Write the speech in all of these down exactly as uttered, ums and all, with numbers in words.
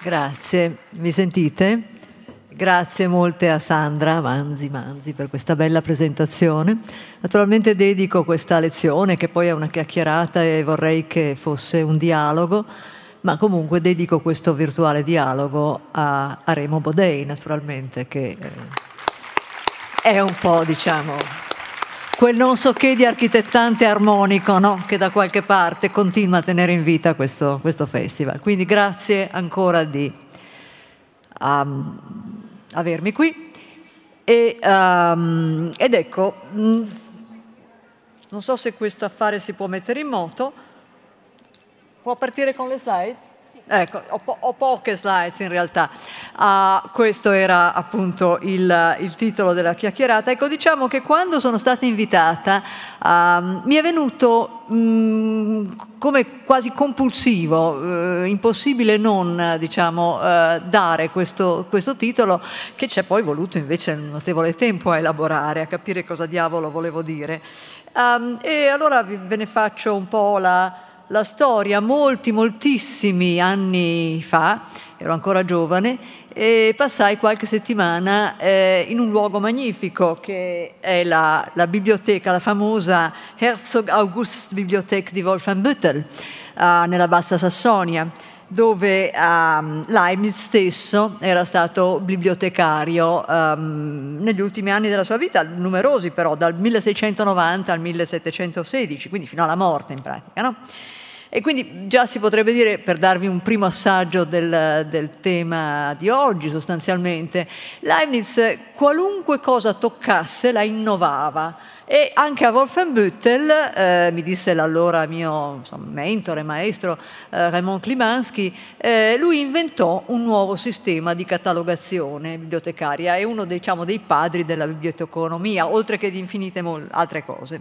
Grazie, mi sentite? Grazie molte a Sandra Manzi Manzi per questa bella presentazione. Naturalmente dedico questa lezione, che poi è una chiacchierata e vorrei che fosse un dialogo, ma comunque dedico questo virtuale dialogo a, a Remo Bodei, naturalmente, che eh, è un po', diciamo, quel non so che di architettante armonico, no? Che da qualche parte continua a tenere in vita questo, questo festival. Quindi grazie ancora di um, avermi qui. E, um, ed ecco, mh, non so se questo affare si può mettere in moto. Può partire con le slide? Ecco, ho, po- ho poche slides in realtà. Uh, questo era appunto il, il titolo della chiacchierata. Ecco, diciamo che quando sono stata invitata uh, mi è venuto mh, come quasi compulsivo, uh, impossibile non, diciamo, uh, dare questo, questo titolo, che ci è poi voluto invece un notevole tempo a elaborare, a capire cosa diavolo volevo dire. Um, e allora ve ne faccio un po' la... la storia. Molti, moltissimi anni fa, ero ancora giovane, e passai qualche settimana eh, in un luogo magnifico che è la, la biblioteca, la famosa Herzog August Bibliothek di Wolfenbüttel, eh, nella Bassa Sassonia, dove um, Leibniz stesso era stato bibliotecario um, negli ultimi anni della sua vita, numerosi però, dal milleseicentonovanta al millesettecentosedici, quindi fino alla morte in pratica, no? E quindi già si potrebbe dire, per darvi un primo assaggio del, del tema di oggi sostanzialmente, Leibniz qualunque cosa toccasse la innovava. E anche a Wolfenbüttel, eh, mi disse l'allora mio insomma, mentore, maestro eh, Raymond Klimanski, eh, lui inventò un nuovo sistema di catalogazione bibliotecaria, è uno diciamo, dei padri della biblioteconomia, oltre che di infinite mol- altre cose.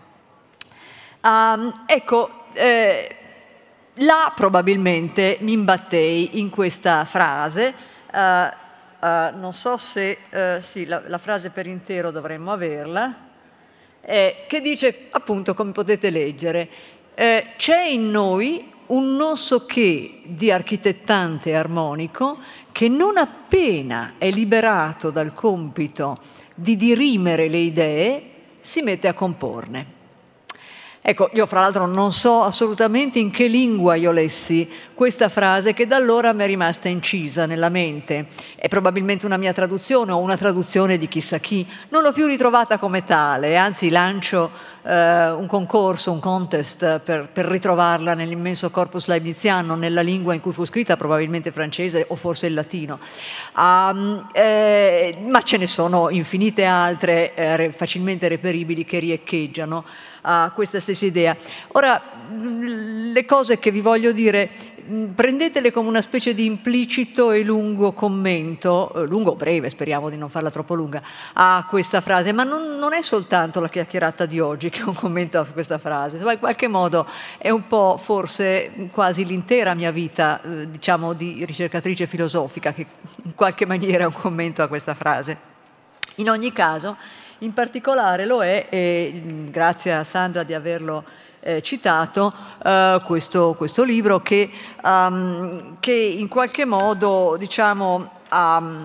Um, ecco, eh, là probabilmente mi imbattei in questa frase, uh, uh, non so se, uh, sì, la, la frase per intero dovremmo averla, Eh, che dice appunto, come potete leggere, eh, c'è in noi un non so che di architettante e armonico che non appena è liberato dal compito di dirimere le idee si mette a comporne. Ecco, io fra l'altro non so assolutamente in che lingua io lessi questa frase, che da allora mi è rimasta incisa nella mente. È probabilmente una mia traduzione o una traduzione di chissà chi. Non l'ho più ritrovata come tale, anzi lancio eh, un concorso, un contest per, per ritrovarla nell'immenso corpus leibniziano, nella lingua in cui fu scritta, probabilmente francese o forse il latino. Um, eh, ma ce ne sono infinite altre eh, facilmente reperibili che riecheggiano a questa stessa idea. Ora, le cose che vi voglio dire, prendetele come una specie di implicito e lungo commento, lungo o breve, speriamo di non farla troppo lunga, a questa frase, ma non, non è soltanto la chiacchierata di oggi che è un commento a questa frase, ma in qualche modo è un po' forse quasi l'intera mia vita, eh, diciamo, di ricercatrice filosofica, che in qualche maniera è un commento a questa frase. In ogni caso, in particolare lo è, e grazie a Sandra di averlo eh, citato, eh, questo, questo libro che, um, che in qualche modo, diciamo, um,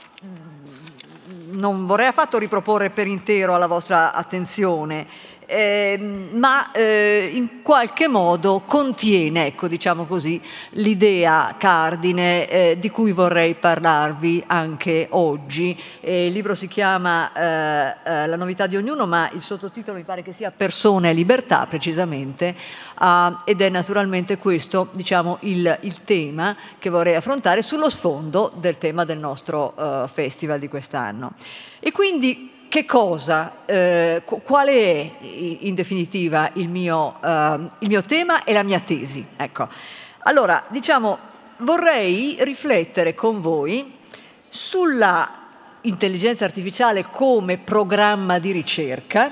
non vorrei affatto riproporre per intero alla vostra attenzione, eh, ma eh, in qualche modo contiene, ecco, diciamo così, l'idea cardine eh, di cui vorrei parlarvi anche oggi. Eh, il libro si chiama eh, eh, La novità di ognuno, ma il sottotitolo mi pare che sia Persone e libertà, precisamente, uh, ed è naturalmente questo, diciamo, il, il tema che vorrei affrontare sullo sfondo del tema del nostro uh, festival di quest'anno. E quindi che cosa, eh, qual è in definitiva il mio, eh, il mio tema e la mia tesi? Ecco. Allora, diciamo, vorrei riflettere con voi sulla intelligenza artificiale come programma di ricerca,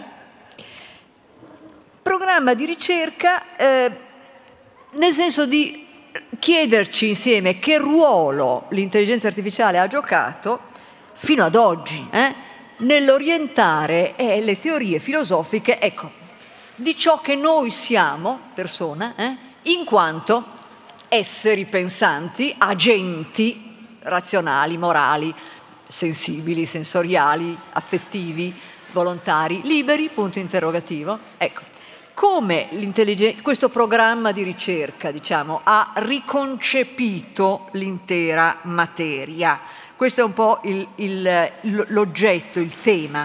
programma di ricerca eh, nel senso di chiederci insieme che ruolo l'intelligenza artificiale ha giocato fino ad oggi, eh? nell'orientare eh, le teorie filosofiche, ecco, di ciò che noi siamo, persona, eh, in quanto esseri pensanti, agenti razionali, morali, sensibili, sensoriali, affettivi, volontari, liberi, punto interrogativo. Ecco, come questo programma di ricerca, diciamo, ha riconcepito l'intera materia. Questo è un po' il, il, l'oggetto, il tema.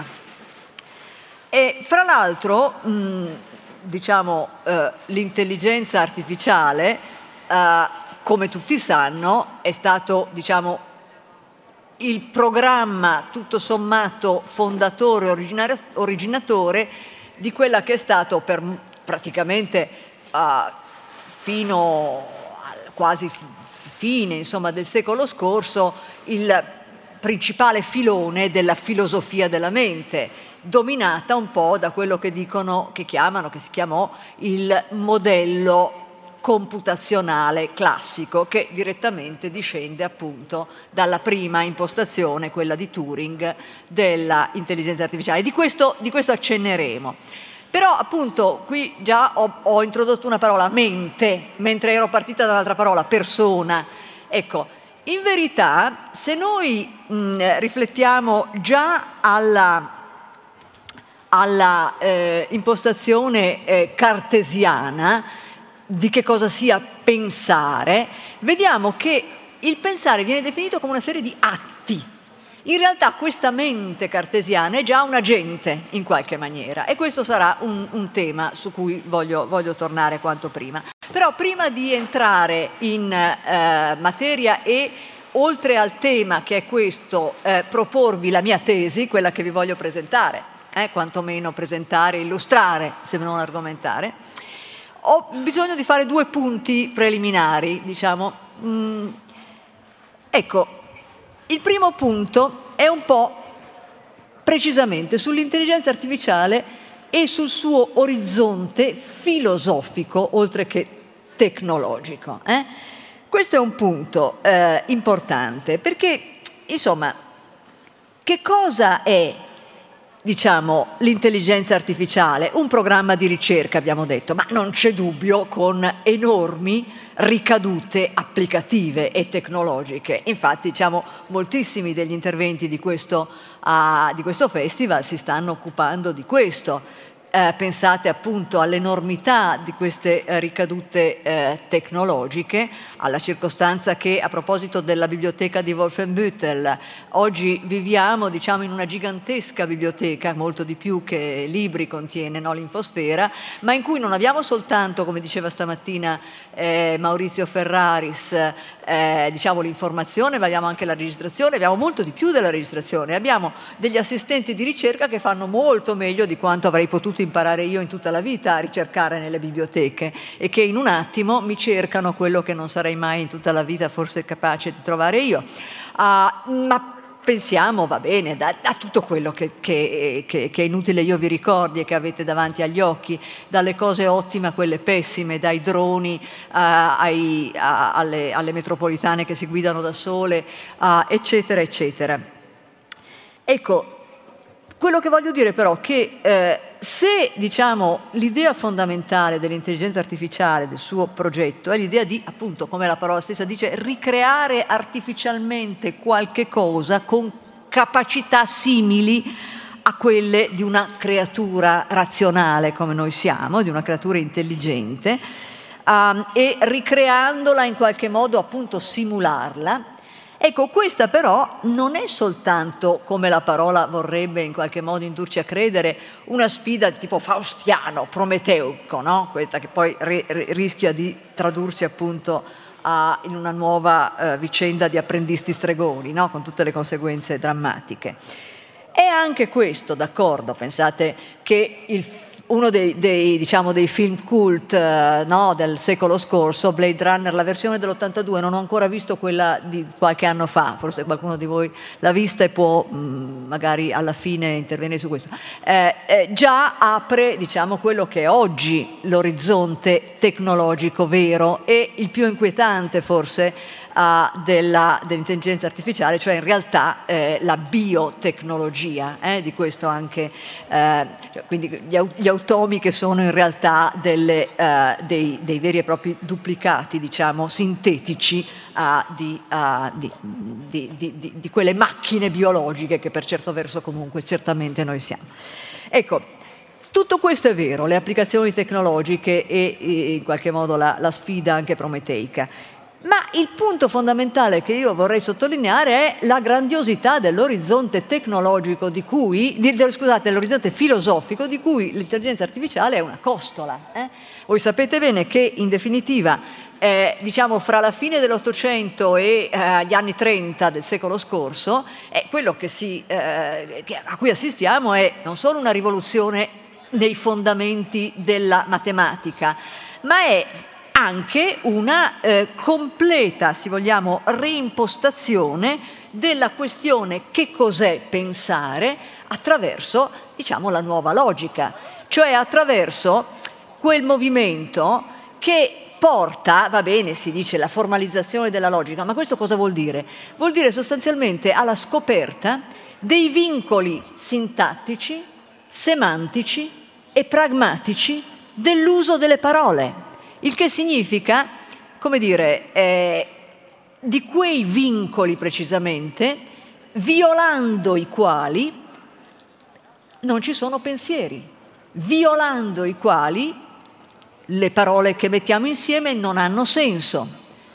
E fra l'altro, mh, diciamo, eh, l'intelligenza artificiale, eh, come tutti sanno, è stato, diciamo, il programma tutto sommato fondatore, originatore di quella che è stato per praticamente uh, fino al quasi fine, insomma, del secolo scorso il principale filone della filosofia della mente, dominata un po' da quello che dicono, che chiamano, che si chiamò il modello computazionale classico, che direttamente discende appunto dalla prima impostazione, quella di Turing, della intelligenza artificiale. Di questo, di questo accenneremo. Però appunto qui già ho, ho introdotto una parola, mente, mentre ero partita dall'altra parola, persona. Ecco, in verità, se noi mh, riflettiamo già alla, alla eh, impostazione eh, cartesiana di che cosa sia pensare, vediamo che il pensare viene definito come una serie di atti. In realtà questa mente cartesiana è già un agente in qualche maniera, e questo sarà un, un tema su cui voglio, voglio tornare quanto prima. Però prima di entrare in eh, materia e oltre al tema che è questo, eh, proporvi la mia tesi, quella che vi voglio presentare, eh, quantomeno presentare, illustrare, se non argomentare, ho bisogno di fare due punti preliminari, diciamo. Mm, ecco, il primo punto è un po' precisamente sull'intelligenza artificiale e sul suo orizzonte filosofico, oltre che tecnologico. Eh? Questo è un punto eh, importante, perché, insomma, che cosa è, diciamo, l'intelligenza artificiale? Un programma di ricerca, abbiamo detto, ma non c'è dubbio, con enormi ricadute applicative e tecnologiche. Infatti, diciamo, moltissimi degli interventi di questo, uh, di questo festival si stanno occupando di questo. Eh, pensate appunto all'enormità di queste eh, ricadute eh, tecnologiche, alla circostanza che, a proposito della biblioteca di Wolfenbüttel, oggi viviamo, diciamo, in una gigantesca biblioteca, molto di più che libri contiene, no, l'infosfera, ma in cui non abbiamo soltanto, come diceva stamattina eh, Maurizio Ferraris, eh, diciamo l'informazione, ma abbiamo anche la registrazione, abbiamo molto di più della registrazione, abbiamo degli assistenti di ricerca che fanno molto meglio di quanto avrei potuto imparare io in tutta la vita a ricercare nelle biblioteche, e che in un attimo mi cercano quello che non sarei mai in tutta la vita forse capace di trovare io. Uh, ma pensiamo, va bene, da, da tutto quello che, che, che, che è inutile io vi ricordi e che avete davanti agli occhi, dalle cose ottime a quelle pessime, dai droni uh, ai, a, alle, alle metropolitane che si guidano da sole, uh, eccetera, eccetera. Ecco, quello che voglio dire però è che eh, se, diciamo, l'idea fondamentale dell'intelligenza artificiale, del suo progetto, è l'idea di, appunto, come la parola stessa dice, ricreare artificialmente qualche cosa con capacità simili a quelle di una creatura razionale come noi siamo, di una creatura intelligente, um, e ricreandola in qualche modo, appunto, simularla. Ecco, questa però non è soltanto, come la parola vorrebbe in qualche modo indurci a credere, una sfida tipo faustiano, prometeico, no? Questa che poi ri- rischia di tradursi appunto a, in una nuova uh, vicenda di apprendisti stregoni, no? Con tutte le conseguenze drammatiche. È anche questo, d'accordo, pensate che il uno dei, dei, diciamo, dei film cult eh, no, del secolo scorso, Blade Runner, la versione dell'ottantadue, non ho ancora visto quella di qualche anno fa, forse qualcuno di voi l'ha vista e può mh, magari alla fine intervenire su questo, eh, eh, già apre, diciamo, quello che è oggi l'orizzonte tecnologico vero, e il più inquietante forse uh, della, dell'intelligenza artificiale, cioè in realtà eh, la biotecnologia, eh, di questo anche, eh, quindi gli, gli automi che sono in realtà delle, uh, dei, dei veri e propri duplicati, diciamo, sintetici uh, di, uh, di, di, di, di, di quelle macchine biologiche che per certo verso comunque certamente noi siamo. Ecco, tutto questo è vero, le applicazioni tecnologiche e, e in qualche modo la, la sfida anche prometeica, ma il punto fondamentale che io vorrei sottolineare è la grandiosità dell'orizzonte tecnologico di cui, di, scusate, dell'orizzonte filosofico di cui l'intelligenza artificiale è una costola. Eh? Voi sapete bene che in definitiva, eh, diciamo fra la fine dell'Ottocento e eh, gli anni trenta del secolo scorso, eh, quello che si, eh, a cui assistiamo è non solo una rivoluzione nei fondamenti della matematica, ma è anche una eh, completa, se vogliamo, reimpostazione della questione che cos'è pensare attraverso, diciamo, la nuova logica, cioè attraverso quel movimento che porta, va bene, si dice la formalizzazione della logica, ma questo cosa vuol dire? Vuol dire sostanzialmente alla scoperta dei vincoli sintattici, semantici e pragmatici dell'uso delle parole, il che significa, come dire, eh, di quei vincoli precisamente, violando i quali non ci sono pensieri, violando i quali le parole che mettiamo insieme non hanno senso.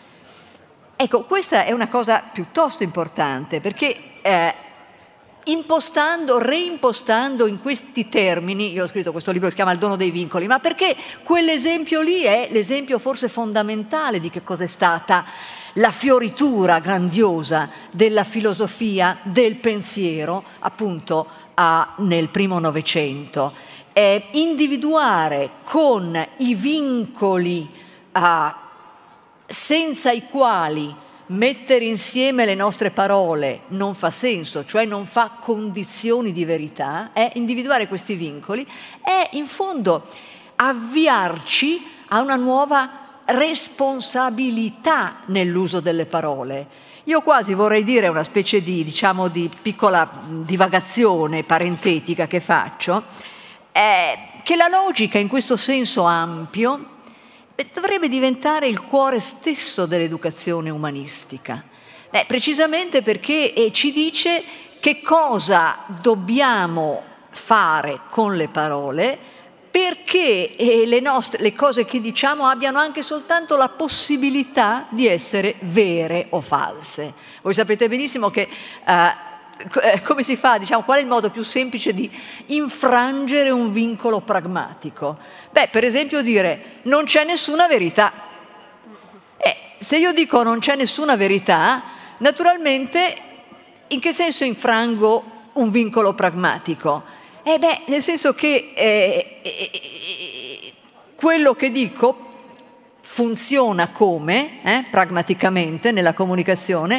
Ecco, questa è una cosa piuttosto importante, perché eh, impostando, reimpostando in questi termini, io ho scritto questo libro che si chiama Il dono dei vincoli, ma perché quell'esempio lì è l'esempio forse fondamentale di che cos'è stata la fioritura grandiosa della filosofia, del pensiero, appunto a, nel primo Novecento. Eh, individuare con i vincoli a, senza i quali mettere insieme le nostre parole non fa senso, cioè non fa condizioni di verità, è individuare questi vincoli, è in fondo avviarci a una nuova responsabilità nell'uso delle parole. Io quasi vorrei dire una specie di, diciamo, di piccola divagazione parentetica che faccio, è che la logica in questo senso ampio dovrebbe diventare il cuore stesso dell'educazione umanistica, eh, precisamente perché eh, ci dice che cosa dobbiamo fare con le parole perché eh, le, nostre, le cose che diciamo abbiano anche soltanto la possibilità di essere vere o false. Voi sapete benissimo che eh, come si fa, diciamo, qual è il modo più semplice di infrangere un vincolo pragmatico? Beh, per esempio dire non c'è nessuna verità. Eh, se io dico non c'è nessuna verità, naturalmente in che senso infrango un vincolo pragmatico? Eh beh, nel senso che eh, eh, quello che dico funziona come, eh, pragmaticamente nella comunicazione,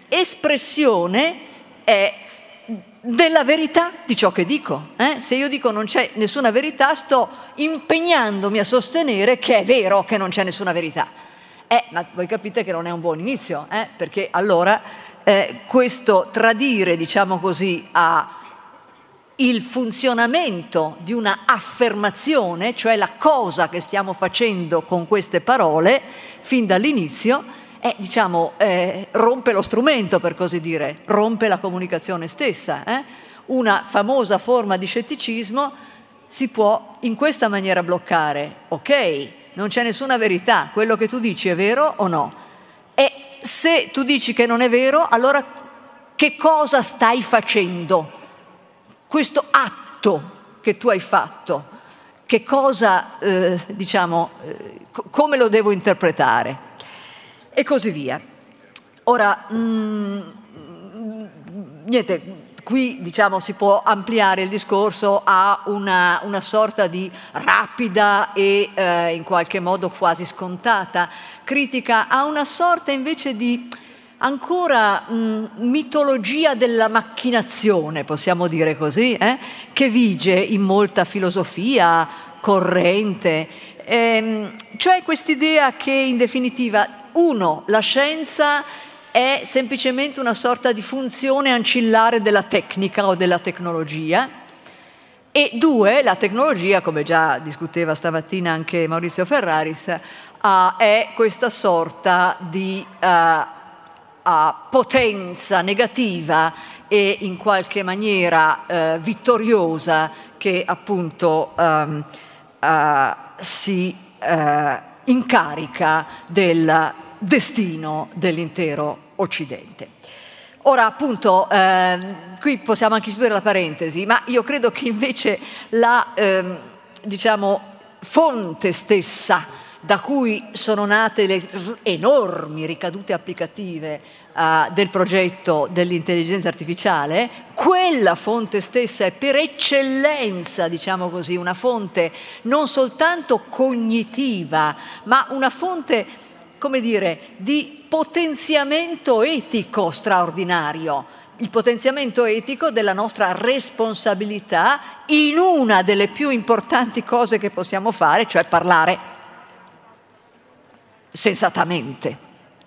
espressione è della verità di ciò che dico. Eh? Se io dico non c'è nessuna verità, sto impegnandomi a sostenere che è vero che non c'è nessuna verità. Eh, ma voi capite che non è un buon inizio, eh? Perché allora eh, questo tradire, diciamo così, a il funzionamento di una affermazione, cioè la cosa che stiamo facendo con queste parole, fin dall'inizio, Eh, diciamo, eh, rompe lo strumento, per così dire, rompe la comunicazione stessa. Eh? Una famosa forma di scetticismo si può in questa maniera bloccare. Ok, non c'è nessuna verità, quello che tu dici è vero o no? E se tu dici che non è vero, allora che cosa stai facendo? Questo atto che tu hai fatto, che cosa, eh, diciamo, eh, co- come lo devo interpretare? E così via. Ora, mh, niente, qui diciamo si può ampliare il discorso a una, una sorta di rapida e eh, in qualche modo quasi scontata critica a una sorta invece di ancora mh, mitologia della macchinazione, possiamo dire così, eh, che vige in molta filosofia corrente, ehm, cioè quest'idea che in definitiva, uno, la scienza è semplicemente una sorta di funzione ancillare della tecnica o della tecnologia, e due, la tecnologia, come già discuteva stamattina anche Maurizio Ferraris, uh, è questa sorta di uh, uh, potenza negativa e in qualche maniera uh, vittoriosa che appunto um, uh, si uh, incarica del destino dell'intero Occidente. Ora appunto, eh, qui possiamo anche chiudere la parentesi, ma io credo che invece la eh, diciamo, fonte stessa da cui sono nate le enormi ricadute applicative eh, del progetto dell'intelligenza artificiale, quella fonte stessa è per eccellenza, diciamo così, una fonte non soltanto cognitiva, ma una fonte, come dire, di potenziamento etico straordinario, il potenziamento etico della nostra responsabilità in una delle più importanti cose che possiamo fare, cioè parlare sensatamente,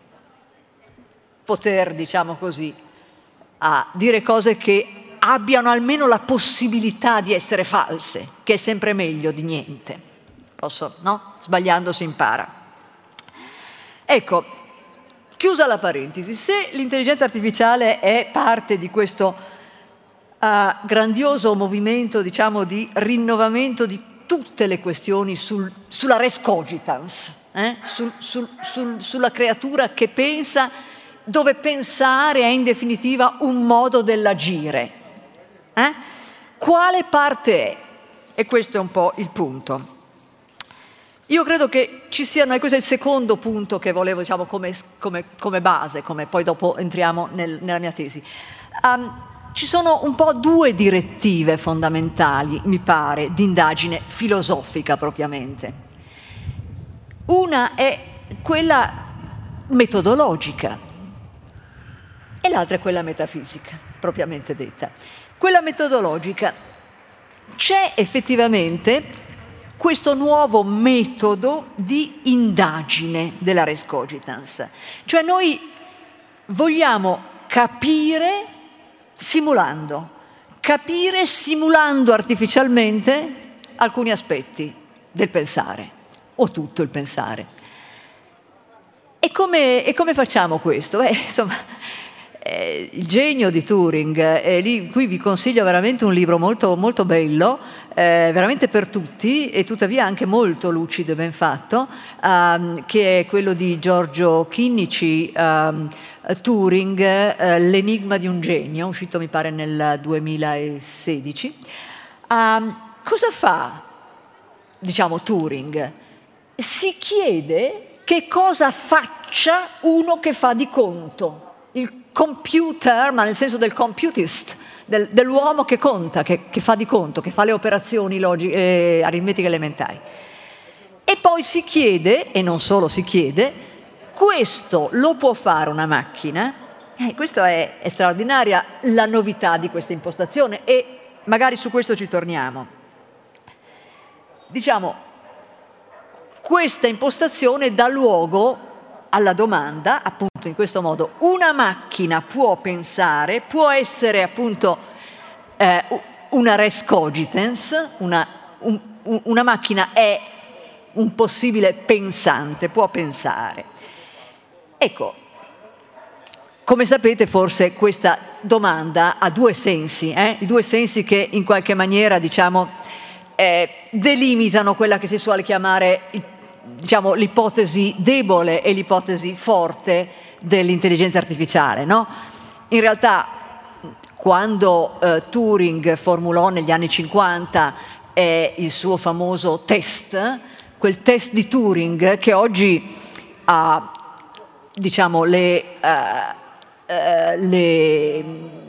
poter, diciamo così, a dire cose che abbiano almeno la possibilità di essere false, che è sempre meglio di niente. Posso, no? Sbagliando si impara. Ecco, chiusa la parentesi, se l'intelligenza artificiale è parte di questo uh, grandioso movimento, diciamo, di rinnovamento di tutte le questioni sul, sulla res cogitans, eh? sul, sul, sul, sulla creatura che pensa, dove pensare è in definitiva un modo dell'agire, eh? Quale parte è? E questo è un po' il punto. Io credo che ci siano, e questo è il secondo punto che volevo, diciamo, come, come, come base, come poi dopo entriamo nel, nella mia tesi. Um, ci sono un po' due direttive fondamentali, mi pare, di indagine filosofica propriamente. Una è quella metodologica e l'altra è quella metafisica, propriamente detta. Quella metodologica, c'è effettivamente questo nuovo metodo di indagine della res cogitans. Cioè noi vogliamo capire simulando, capire simulando artificialmente alcuni aspetti del pensare, o tutto il pensare. E come, e come facciamo questo? Beh, insomma, eh, il genio di Turing, eh, lì, qui vi consiglio veramente un libro molto, molto bello, eh, veramente per tutti, e tuttavia anche molto lucido e ben fatto, ehm, che è quello di Giorgio Chinnici, ehm, Turing, eh, L'enigma di un genio, uscito mi pare nel duemilasedici. Um, cosa fa, diciamo, Turing? Si chiede che cosa faccia uno che fa di conto. Il computer, ma nel senso del computist, del, dell'uomo che conta, che, che fa di conto, che fa le operazioni logiche, eh, aritmetiche elementari. E poi si chiede, e non solo si chiede, questo lo può fare una macchina? Eh, questa è, è straordinaria la novità di questa impostazione, e magari su questo ci torniamo. Diciamo, questa impostazione dà luogo alla domanda, appunto in questo modo, una macchina può pensare, può essere appunto eh, una res cogitans, una, un, una macchina è un possibile pensante, può pensare. Ecco, come sapete forse questa domanda ha due sensi, eh? I due sensi che in qualche maniera, diciamo, eh, delimitano quella che si suole chiamare il diciamo, l'ipotesi debole e l'ipotesi forte dell'intelligenza artificiale, no? In realtà, quando eh, Turing formulò negli anni cinquanta eh, il suo famoso test, quel test di Turing che oggi ha, diciamo, le, uh, uh, le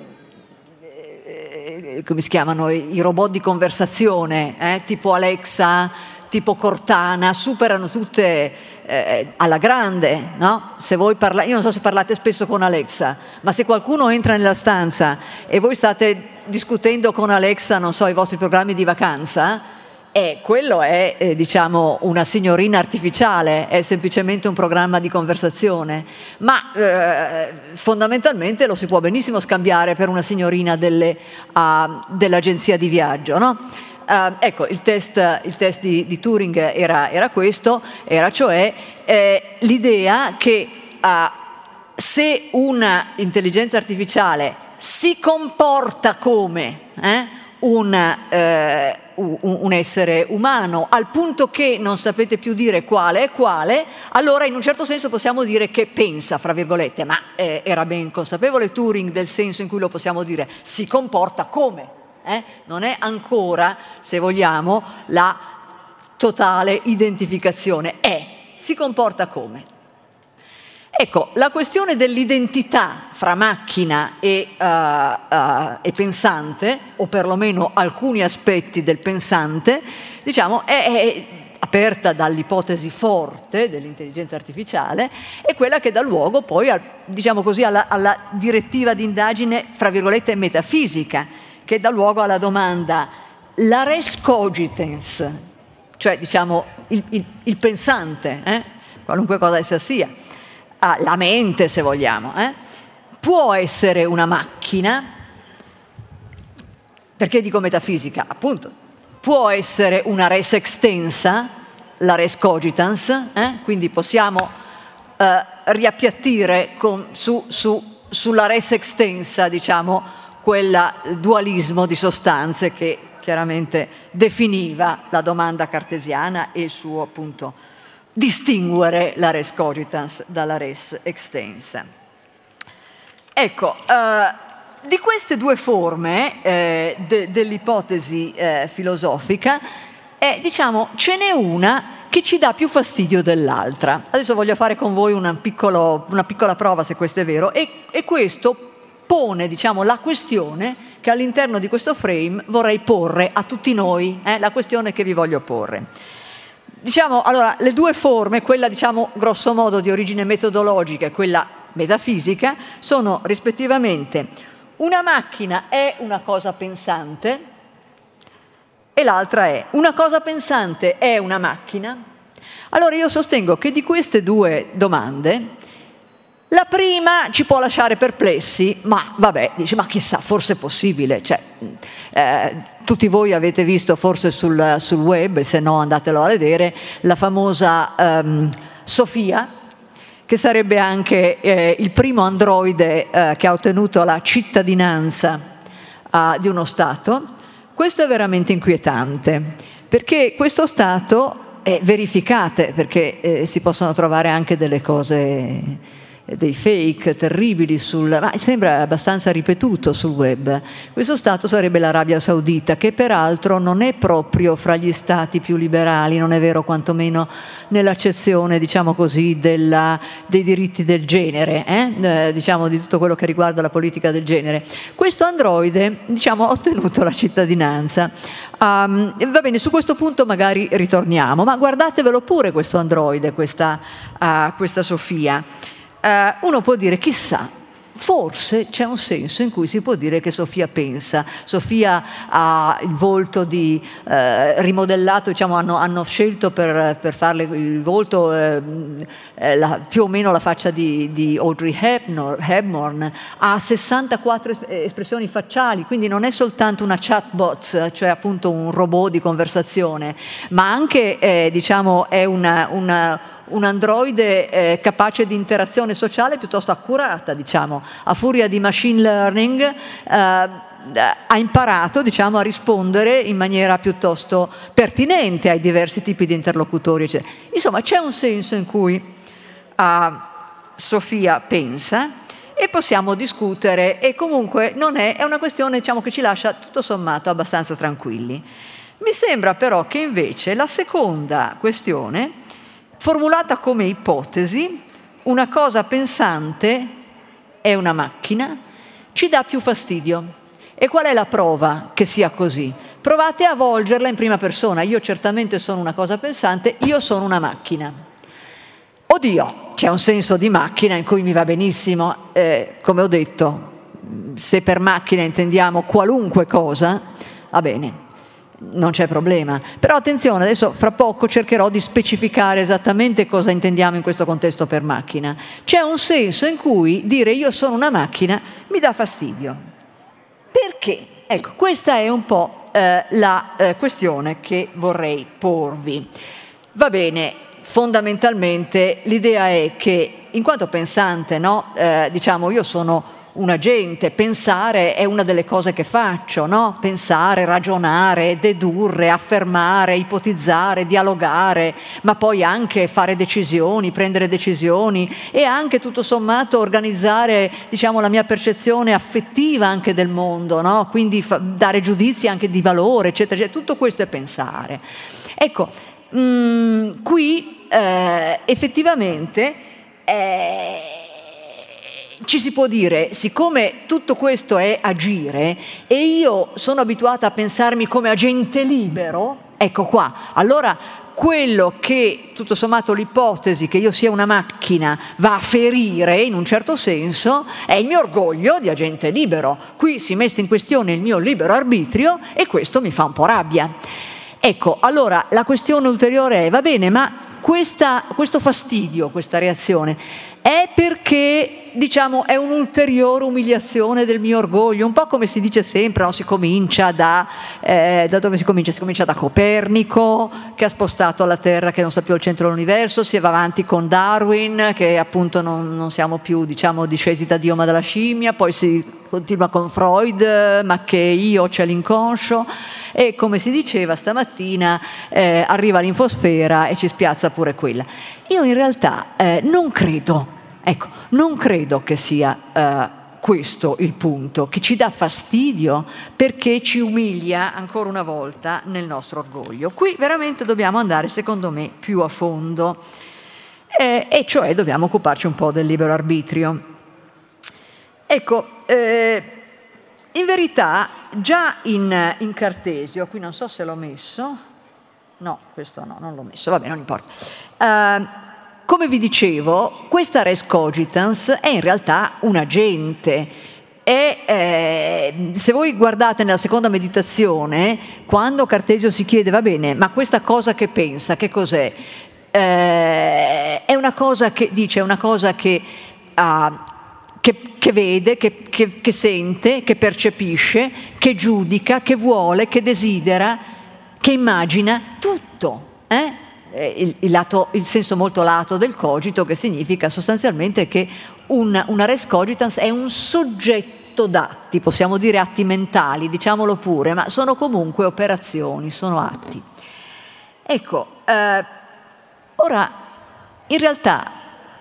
uh, come si chiamano, i robot di conversazione, eh, tipo Alexa, tipo Cortana, superano tutte eh, alla grande, no? Se voi parla- io non so se parlate spesso con Alexa, ma se qualcuno entra nella stanza e voi state discutendo con Alexa, non so, i vostri programmi di vacanza, E quello è, eh, diciamo, una signorina artificiale, è semplicemente un programma di conversazione, ma eh, fondamentalmente lo si può benissimo scambiare per una signorina delle, uh, dell'agenzia di viaggio, no? Uh, ecco, il test, il test di, di Turing era, era questo, era cioè eh, l'idea che uh, se una intelligenza artificiale si comporta come eh, un, eh, un, un essere umano, al punto che non sapete più dire quale è quale, allora in un certo senso possiamo dire che pensa, fra virgolette, ma eh, era ben consapevole Turing del senso in cui lo possiamo dire, si comporta come. Eh? Non è ancora, se vogliamo, la totale identificazione, è, si comporta come. Ecco, la questione dell'identità fra macchina e, uh, uh, e pensante, o perlomeno alcuni aspetti del pensante, diciamo, è, è aperta dall'ipotesi forte dell'intelligenza artificiale, è quella che dà luogo poi, a, diciamo così, alla, alla direttiva di indagine, fra virgolette, metafisica, che dà luogo alla domanda: la res cogitans, cioè diciamo il, il, il pensante, eh? qualunque cosa essa sia, ah, la mente se vogliamo, eh? può essere una macchina? Perché dico metafisica? Appunto, può essere una res extensa, la res cogitans, eh? quindi possiamo eh, riappiattire con, su, su, sulla res extensa, diciamo, quel dualismo di sostanze che chiaramente definiva la domanda cartesiana e il suo, appunto, distinguere la res cogitans dalla res extensa. Ecco, eh, di queste due forme eh, de, dell'ipotesi eh, filosofica, eh, diciamo, ce n'è una che ci dà più fastidio dell'altra. Adesso voglio fare con voi una, piccolo, una piccola prova se questo è vero, e, e questo pone, diciamo, la questione che all'interno di questo frame vorrei porre a tutti noi, eh, la questione che vi voglio porre. Diciamo, allora, le due forme, quella, diciamo, grosso modo di origine metodologica e quella metafisica, sono rispettivamente: una macchina è una cosa pensante, e l'altra è: una cosa pensante è una macchina. Allora io sostengo che di queste due domande la prima ci può lasciare perplessi, ma vabbè, dice, ma chissà, forse è possibile. Cioè, eh, tutti voi avete visto forse sul, sul web, e se no andatelo a vedere, la famosa um, Sofia, che sarebbe anche eh, il primo androide eh, che ha ottenuto la cittadinanza uh, di uno Stato. Questo è veramente inquietante, perché questo Stato è verificate, perché eh, si possono trovare anche delle cose, dei fake terribili, sul, ma sembra abbastanza ripetuto sul web. Questo Stato sarebbe l'Arabia Saudita, che peraltro non è proprio fra gli stati più liberali, non è vero, quantomeno nell'accezione, diciamo così, della, dei diritti del genere, eh? Eh, diciamo di tutto quello che riguarda la politica del genere. Questo androide, diciamo, ha ottenuto la cittadinanza. Um, va bene, su questo punto magari ritorniamo, ma guardatevelo pure questo androide, questa, uh, questa Sofia. Uh, uno può dire, chissà, forse c'è un senso in cui si può dire che Sofia pensa. Sofia ha il volto di, eh, rimodellato, diciamo, hanno, hanno scelto per, per farle il volto eh, eh, la, più o meno la faccia di, di Audrey Hepburn, ha sessantaquattro espressioni facciali, quindi non è soltanto una chatbot, cioè appunto un robot di conversazione, ma anche eh, diciamo, è una, una un androide eh, capace di interazione sociale piuttosto accurata, diciamo, a furia di machine learning eh, ha imparato, diciamo, a rispondere in maniera piuttosto pertinente ai diversi tipi di interlocutori, eccetera. Insomma, c'è un senso in cui uh, Sofia pensa, e possiamo discutere, e comunque non è, è una questione, diciamo, che ci lascia tutto sommato abbastanza tranquilli. Mi sembra però che invece la seconda questione, formulata come ipotesi, una cosa pensante è una macchina, ci dà più fastidio. E qual è la prova che sia così? Provate a volgerla in prima persona. Io certamente sono una cosa pensante, io sono una macchina. Oddio, c'è un senso di macchina in cui mi va benissimo. Eh, come ho detto, se per macchina intendiamo qualunque cosa, va bene. non c'è problema. Però attenzione, adesso fra poco cercherò di specificare esattamente cosa intendiamo in questo contesto per macchina. C'è un senso in cui dire io sono una macchina mi dà fastidio. Perché? Ecco, questa è un po' eh, la eh, questione che vorrei porvi. Va bene, fondamentalmente l'idea è che in quanto pensante, no? eh, diciamo io sono un agente, pensare è una delle cose che faccio, no? Pensare, ragionare, dedurre, affermare, ipotizzare, dialogare, ma poi anche fare decisioni, prendere decisioni e anche tutto sommato organizzare, diciamo, la mia percezione affettiva anche del mondo, no? Quindi fa- dare giudizi anche di valore, eccetera, eccetera. Tutto questo è pensare. Ecco, mh, qui eh, effettivamente eh, ci si può dire, siccome tutto questo è agire e io sono abituata a pensarmi come agente libero, ecco qua, allora quello che tutto sommato l'ipotesi che io sia una macchina va a ferire in un certo senso è il mio orgoglio di agente libero. Qui si mette in questione il mio libero arbitrio e questo mi fa un po' rabbia. Ecco, allora la questione ulteriore è, va bene, ma questa, questo fastidio, questa reazione è perché, diciamo, è un'ulteriore umiliazione del mio orgoglio, un po' come si dice sempre, no? Si comincia da, eh, da dove si comincia? Si comincia da Copernico, che ha spostato la Terra, che non sta più al centro dell'universo, si va avanti con Darwin, che appunto non, non siamo più, diciamo, discesi da Dio ma dalla scimmia, poi si continua con Freud, ma che io c'è l'inconscio, e come si diceva stamattina eh, arriva l'infosfera e ci spiazza pure quella. Io in realtà eh, non credo, ecco, non credo che sia eh, questo il punto, che ci dà fastidio perché ci umilia ancora una volta nel nostro orgoglio. Qui veramente dobbiamo andare, secondo me, più a fondo, eh, e cioè dobbiamo occuparci un po' del libero arbitrio. Ecco, eh, in verità già in, in Cartesio, qui non so se l'ho messo, no, questo no, non l'ho messo, vabbè, non importa. Uh, come vi dicevo, questa res cogitans è in realtà un agente e eh, se voi guardate nella seconda meditazione, quando Cartesio si chiede, va bene, ma questa cosa che pensa, che cos'è? Eh, è una cosa che dice, è una cosa che uh, Che, che vede, che, che, che sente, che percepisce, che giudica, che vuole, che desidera, che immagina, tutto. Eh? Il, il, lato, il senso molto lato del cogito, che significa sostanzialmente che un, una res cogitans è un soggetto d'atti, possiamo dire atti mentali, diciamolo pure, ma sono comunque operazioni, sono atti. Ecco, eh, ora, in realtà,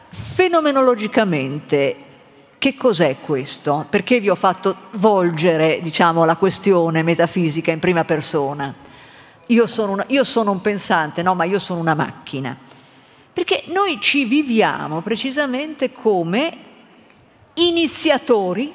fenomenologicamente, che cos'è questo? Perché vi ho fatto volgere, diciamo, la questione metafisica in prima persona? Io sono, una, io sono un pensante, no, ma io sono una macchina. Perché noi ci viviamo precisamente come iniziatori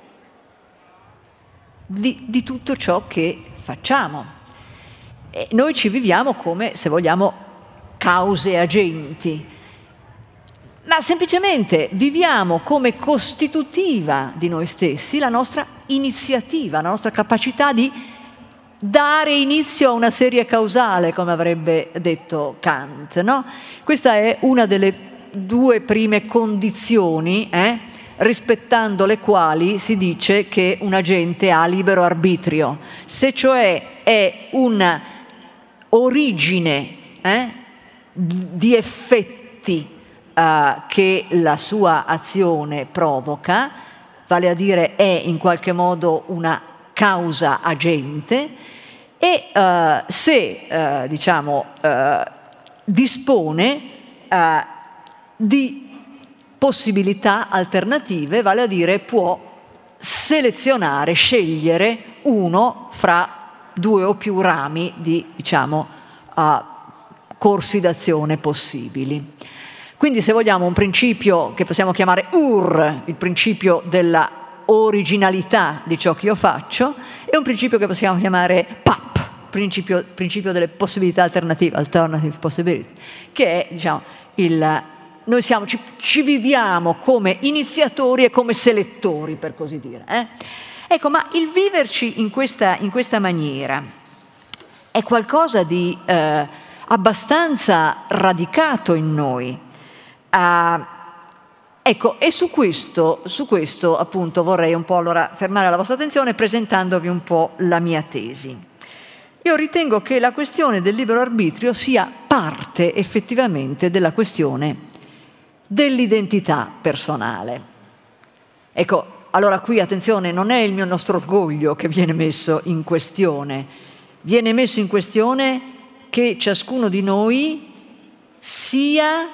di, di tutto ciò che facciamo. E noi ci viviamo come, se vogliamo, cause agenti. Ma semplicemente viviamo come costitutiva di noi stessi la nostra iniziativa, la nostra capacità di dare inizio a una serie causale, come avrebbe detto Kant, no? Questa è una delle due prime condizioni, eh, rispettando le quali si dice che un agente ha libero arbitrio. Se cioè è una origine eh, di effetti Uh, che la sua azione provoca, vale a dire è in qualche modo una causa agente, e uh, se uh, diciamo uh, dispone uh, di possibilità alternative, vale a dire può selezionare, scegliere uno fra due o più rami di, diciamo, uh, corsi d'azione possibili. Quindi, se vogliamo, un principio che possiamo chiamare Ur, il principio della originalità di ciò che io faccio, e un principio che possiamo chiamare P A P, principio, principio delle possibilità alternative, alternative possibility, che è, diciamo, il, noi siamo, ci, ci viviamo come iniziatori e come selettori, per così dire. Eh? Ecco, ma il viverci in questa, in questa maniera è qualcosa di eh, abbastanza radicato in noi. Uh, ecco, e su questo, su questo appunto vorrei un po' allora fermare la vostra attenzione presentandovi un po' la mia tesi. Io ritengo che la questione del libero arbitrio sia parte effettivamente della questione dell'identità personale. Ecco, allora qui attenzione, non è il mio nostro orgoglio che viene messo in questione, viene messo in questione che ciascuno di noi sia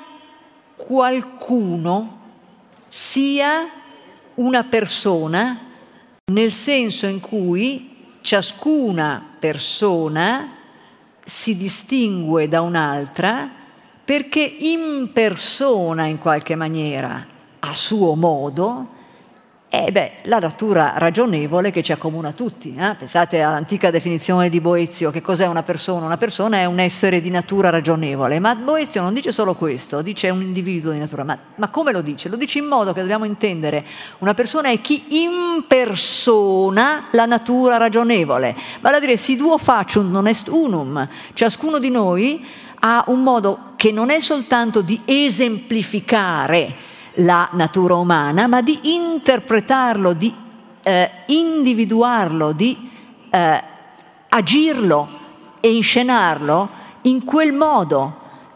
qualcuno, sia una persona, nel senso in cui ciascuna persona si distingue da un'altra perché impersona in qualche maniera, a suo modo, eh beh, la natura ragionevole che ci accomuna tutti. Eh? Pensate all'antica definizione di Boezio, che cos'è una persona? Una persona è un essere di natura ragionevole, ma Boezio non dice solo questo, dice un individuo di natura, ma, ma come lo dice? Lo dice in modo che dobbiamo intendere una persona è chi impersona la natura ragionevole, vale a dire si duo faciunt non est unum, ciascuno di noi ha un modo che non è soltanto di esemplificare la natura umana, ma di interpretarlo, di eh, individuarlo, di eh, agirlo e inscenarlo in quel modo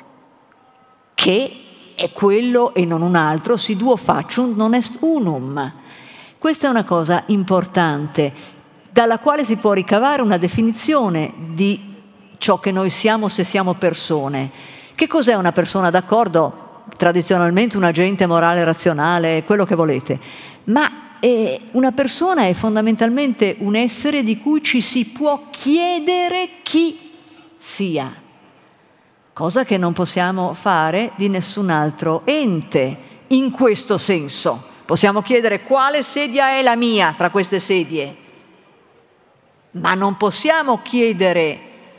che è quello e non un altro, si duo faciunt non est unum. Questa è una cosa importante, dalla quale si può ricavare una definizione di ciò che noi siamo se siamo persone. Che cos'è una persona? D'accordo, tradizionalmente un agente morale razionale, quello che volete, ma eh, una persona è fondamentalmente un essere di cui ci si può chiedere chi sia, cosa che non possiamo fare di nessun altro ente in questo senso. Possiamo chiedere quale sedia è la mia fra queste sedie, ma non possiamo chiedere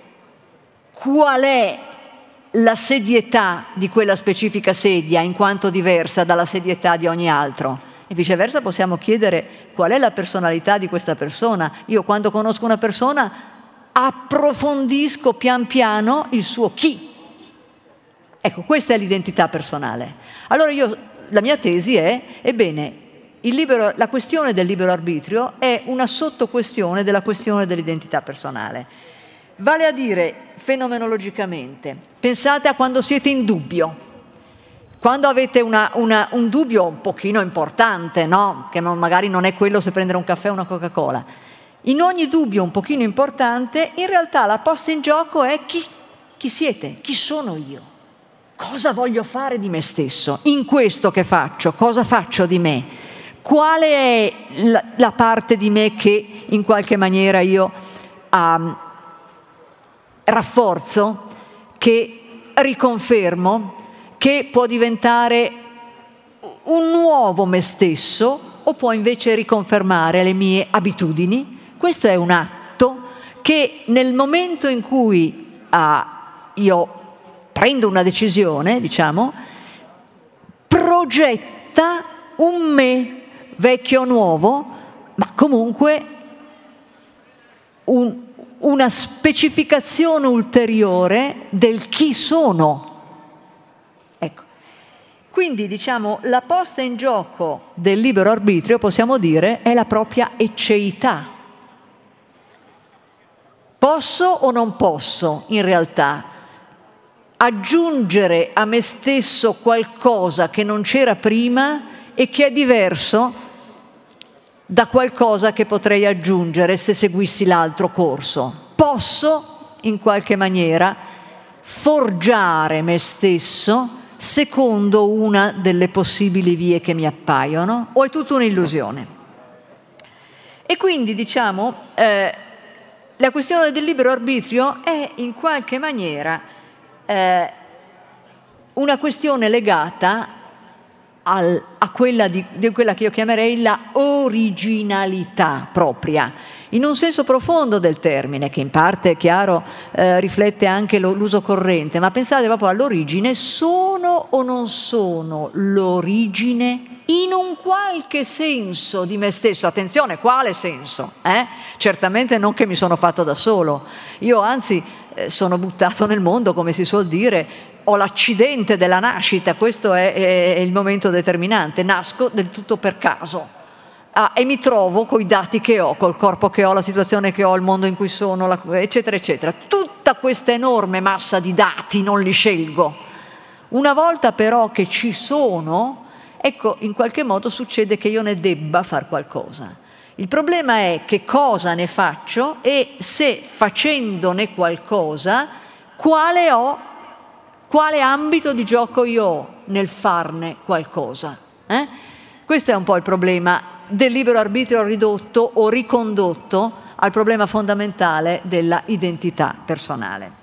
qual è la sedietà di quella specifica sedia in quanto diversa dalla sedietà di ogni altro, e viceversa possiamo chiedere qual è la personalità di questa persona. Io quando conosco una persona approfondisco pian piano il suo chi. Ecco, questa è l'identità personale. Allora io, la mia tesi è, ebbene, il libero, la questione del libero arbitrio è una sottoquestione della questione dell'identità personale. Vale a dire, fenomenologicamente, pensate a quando siete in dubbio, quando avete una, una, un dubbio un pochino importante, no? Che non, magari non è quello se prendere un caffè o una Coca-Cola. In ogni dubbio un pochino importante, in realtà la posta in gioco è chi, chi siete, chi sono io, cosa voglio fare di me stesso, in questo che faccio, cosa faccio di me, quale è la, la parte di me che in qualche maniera io um, rafforzo, che riconfermo, che può diventare un nuovo me stesso o può invece riconfermare le mie abitudini. Questo è un atto che nel momento in cui ah, io prendo una decisione, diciamo, progetta un me vecchio o nuovo, ma comunque un una specificazione ulteriore del chi sono. Ecco. Quindi, diciamo, la posta in gioco del libero arbitrio, possiamo dire, è la propria ecceità. Posso o non posso, in realtà, aggiungere a me stesso qualcosa che non c'era prima e che è diverso da qualcosa che potrei aggiungere se seguissi l'altro corso. Posso, in qualche maniera, forgiare me stesso secondo una delle possibili vie che mi appaiono, o è tutta un'illusione? E quindi, diciamo, eh, la questione del libero arbitrio è in qualche maniera eh, una questione legata Al, a quella di, di quella che io chiamerei la originalità propria, in un senso profondo del termine, che in parte, è chiaro, eh, riflette anche lo, l'uso corrente, ma pensate proprio all'origine: sono o non sono l'origine in un qualche senso di me stesso. Attenzione, quale senso? Eh? Certamente non che mi sono fatto da solo. Io anzi eh, sono buttato nel mondo, come si suol dire, ho l'accidente della nascita, questo è, è il momento determinante, nasco del tutto per caso. Ah, e mi trovo con i dati che ho, col corpo che ho, la situazione che ho, il mondo in cui sono, la, eccetera, eccetera. Tutta questa enorme massa di dati non li scelgo. Una volta però che ci sono, ecco, in qualche modo succede che io ne debba far qualcosa. Il problema è che cosa ne faccio e se facendone qualcosa, quale ho, quale ambito di gioco io ho nel farne qualcosa. Eh? Questo è un po' il problema del libero arbitrio ridotto o ricondotto al problema fondamentale della identità personale.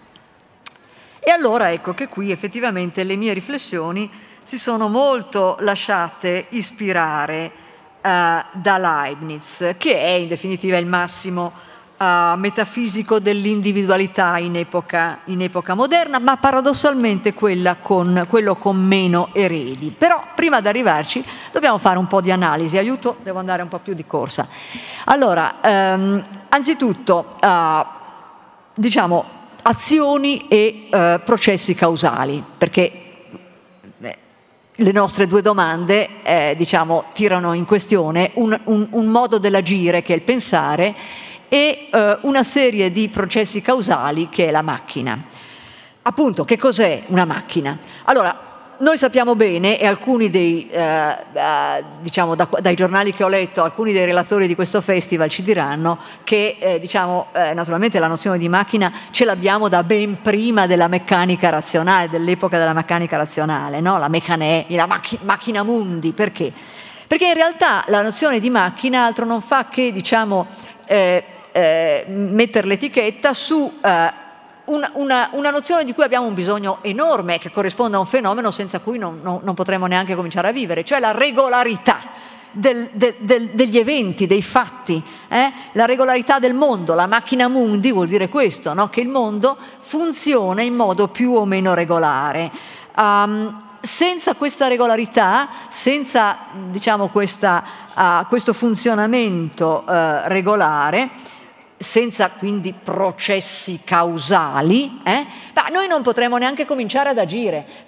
E allora ecco che qui effettivamente le mie riflessioni si sono molto lasciate ispirare uh, da Leibniz, che è in definitiva il massimo uh, metafisico dell'individualità in epoca, in epoca moderna, ma paradossalmente quella con, quello con meno eredi. Però prima di arrivarci dobbiamo fare un po' di analisi. Aiuto, devo andare un po' più di corsa. Allora, um, anzitutto, uh, diciamo, azioni e uh, processi causali, perché beh, le nostre due domande eh, diciamo, tirano in questione un, un, un modo dell'agire che è il pensare e uh, una serie di processi causali che è la macchina. Appunto, che cos'è una macchina? Allora, noi sappiamo bene, e alcuni dei, eh, eh, diciamo, da, dai giornali che ho letto, alcuni dei relatori di questo festival ci diranno che, eh, diciamo, eh, naturalmente la nozione di macchina ce l'abbiamo da ben prima della meccanica razionale, dell'epoca della meccanica razionale, no? La meccané, la macch- macchina mundi, perché? Perché in realtà la nozione di macchina altro non fa che, diciamo, eh, eh, mettere l'etichetta su... Eh, Una, una, una nozione di cui abbiamo un bisogno enorme, che corrisponde a un fenomeno senza cui non, non, non potremo neanche cominciare a vivere, cioè la regolarità del, del, del, degli eventi, dei fatti, eh? La regolarità del mondo. La macchina mundi vuol dire questo, no? Che il mondo funziona in modo più o meno regolare. Um, senza questa regolarità, senza, diciamo, questa, uh, questo funzionamento uh, regolare, senza quindi processi causali, eh, ma noi non potremo neanche cominciare ad agire.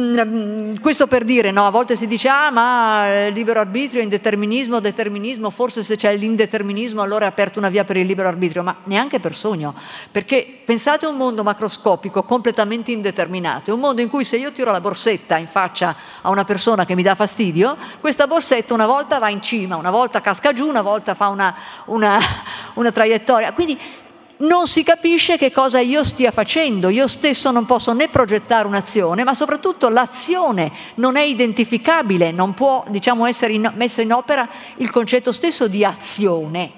Questo per dire, no, a volte si dice, ah, ma libero arbitrio, indeterminismo, determinismo, forse se c'è l'indeterminismo allora è aperta una via per il libero arbitrio, ma neanche per sogno, perché pensate a un mondo macroscopico completamente indeterminato, è un mondo in cui se io tiro la borsetta in faccia a una persona che mi dà fastidio, questa borsetta una volta va in cima, una volta casca giù, una volta fa una, una, una traiettoria, quindi non si capisce che cosa io stia facendo. Io stesso non posso né progettare un'azione, ma soprattutto l'azione non è identificabile, non può, diciamo, essere in, messo in opera il concetto stesso di azione.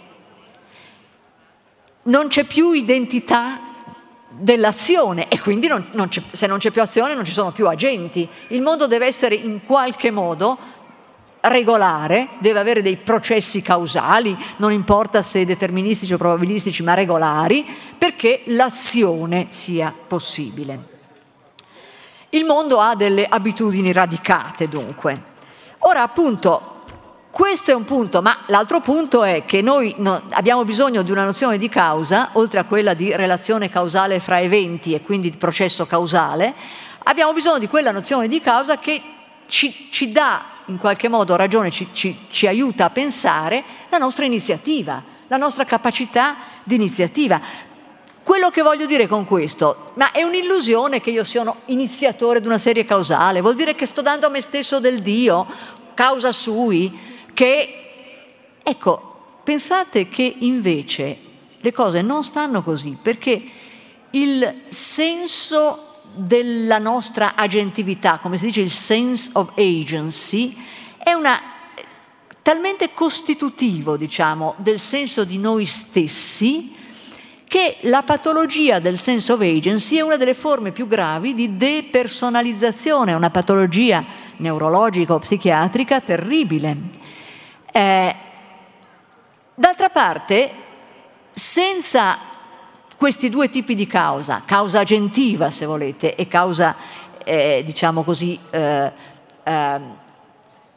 Non c'è più identità dell'azione e quindi non, non c'è, se non c'è più azione non ci sono più agenti. Il mondo deve essere in qualche modo regolare, deve avere dei processi causali, non importa se deterministici o probabilistici, ma regolari, perché l'azione sia possibile. Il mondo ha delle abitudini radicate, dunque. Ora, appunto, questo è un punto, ma l'altro punto è che noi no, abbiamo bisogno di una nozione di causa, oltre a quella di relazione causale fra eventi e quindi di processo causale, abbiamo bisogno di quella nozione di causa che ci, ci dà in qualche modo ragione, ci, ci, ci aiuta a pensare la nostra iniziativa, la nostra capacità di iniziativa. Quello che voglio dire con questo, ma è un'illusione che io sia un iniziatore di una serie causale, vuol dire che sto dando a me stesso del Dio, causa sui, che, ecco, pensate che invece le cose non stanno così, perché il senso della nostra agentività, come si dice il sense of agency, è una talmente costitutivo, diciamo, del senso di noi stessi, che la patologia del sense of agency è una delle forme più gravi di depersonalizzazione, è una patologia neurologica o psichiatrica terribile. Eh, d'altra parte, senza questi due tipi di causa, causa agentiva se volete e causa, eh, diciamo così, eh, eh,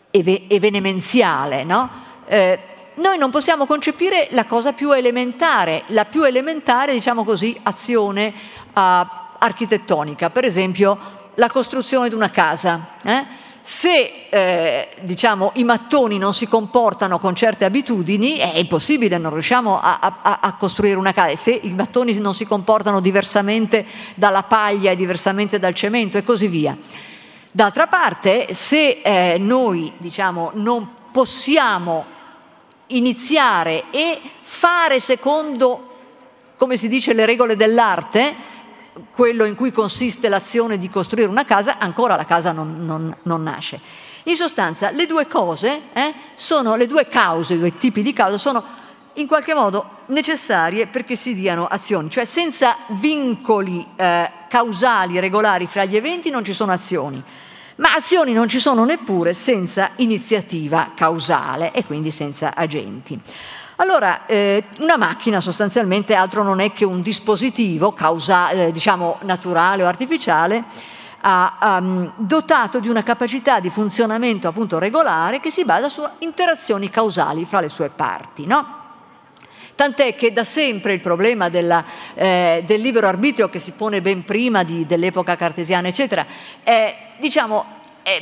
evenemenziale, no? Eh, noi non possiamo concepire la cosa più elementare, la più elementare, diciamo così, azione uh, architettonica, per esempio la costruzione di una casa. Eh? Se eh, diciamo, i mattoni non si comportano con certe abitudini, è impossibile, non riusciamo a, a, a costruire una casa. Se i mattoni non si comportano diversamente dalla paglia e diversamente dal cemento e così via. D'altra parte, se eh, noi diciamo, non possiamo iniziare e fare secondo, come si dice, le regole dell'arte, quello in cui consiste l'azione di costruire una casa, ancora la casa non, non, non nasce. In sostanza, le due cose, eh, sono le due cause, i due tipi di cause, sono in qualche modo necessarie perché si diano azioni, cioè senza vincoli eh, causali regolari fra gli eventi non ci sono azioni. Ma azioni non ci sono neppure senza iniziativa causale e quindi senza agenti. Allora, eh, una macchina sostanzialmente altro non è che un dispositivo causa, eh, diciamo naturale o artificiale, ha, um, dotato di una capacità di funzionamento appunto regolare che si basa su interazioni causali fra le sue parti, no? Tant'è che da sempre il problema della, eh, del libero arbitrio, che si pone ben prima di, dell'epoca cartesiana, eccetera, è, diciamo, è,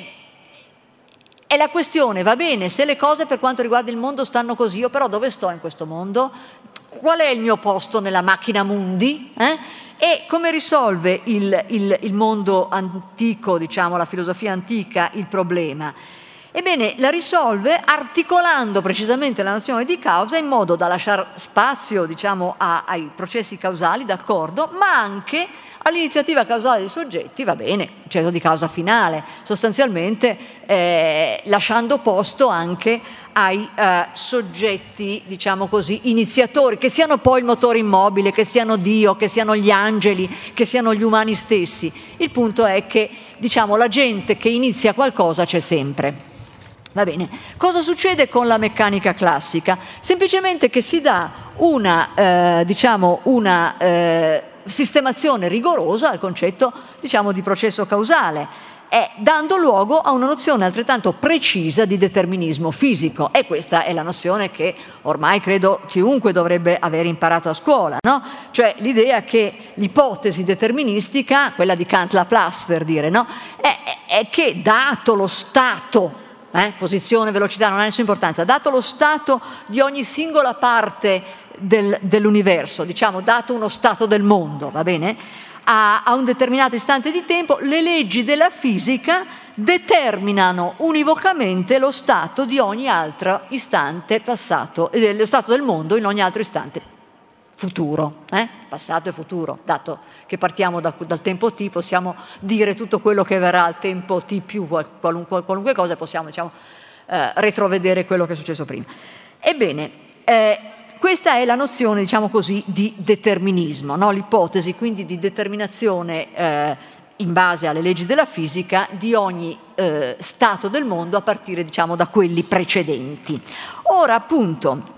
è la questione, va bene, se le cose per quanto riguarda il mondo stanno così, io però dove sto in questo mondo? Qual è il mio posto nella macchina mundi? Eh? E come risolve il, il, il mondo antico, diciamo, la filosofia antica, il problema? Ebbene, la risolve articolando precisamente la nozione di causa in modo da lasciare spazio, diciamo, a, ai processi causali, d'accordo, ma anche all'iniziativa causale dei soggetti, va bene, concetto di causa finale, sostanzialmente eh, lasciando posto anche ai eh, soggetti, diciamo così, iniziatori, che siano poi il motore immobile, che siano Dio, che siano gli angeli, che siano gli umani stessi. Il punto è che, diciamo, la gente che inizia qualcosa c'è sempre. Va bene. Cosa succede con la meccanica classica? Semplicemente che si dà una, eh, diciamo, una eh, sistemazione rigorosa al concetto, diciamo, di processo causale, eh, dando luogo a una nozione altrettanto precisa di determinismo fisico. E questa è la nozione che ormai credo chiunque dovrebbe aver imparato a scuola, no? Cioè l'idea che l'ipotesi deterministica, quella di Kant-Laplace per dire, no? è, è che dato lo stato, Eh, posizione, velocità, non ha nessuna importanza, dato lo stato di ogni singola parte del, dell'universo, diciamo dato uno stato del mondo, va bene? A, a un determinato istante di tempo le leggi della fisica determinano univocamente lo stato di ogni altro istante passato, eh, lo stato del mondo in ogni altro istante futuro, eh? passato e futuro, dato che partiamo da, dal tempo T, possiamo dire tutto quello che verrà al tempo T più qualunque, qualunque cosa, e possiamo, diciamo, eh, retrovedere quello che è successo prima. Ebbene, eh, questa è la nozione, diciamo così, di determinismo, no? L'ipotesi quindi di determinazione eh, in base alle leggi della fisica di ogni eh, stato del mondo a partire, diciamo, da quelli precedenti. Ora, appunto,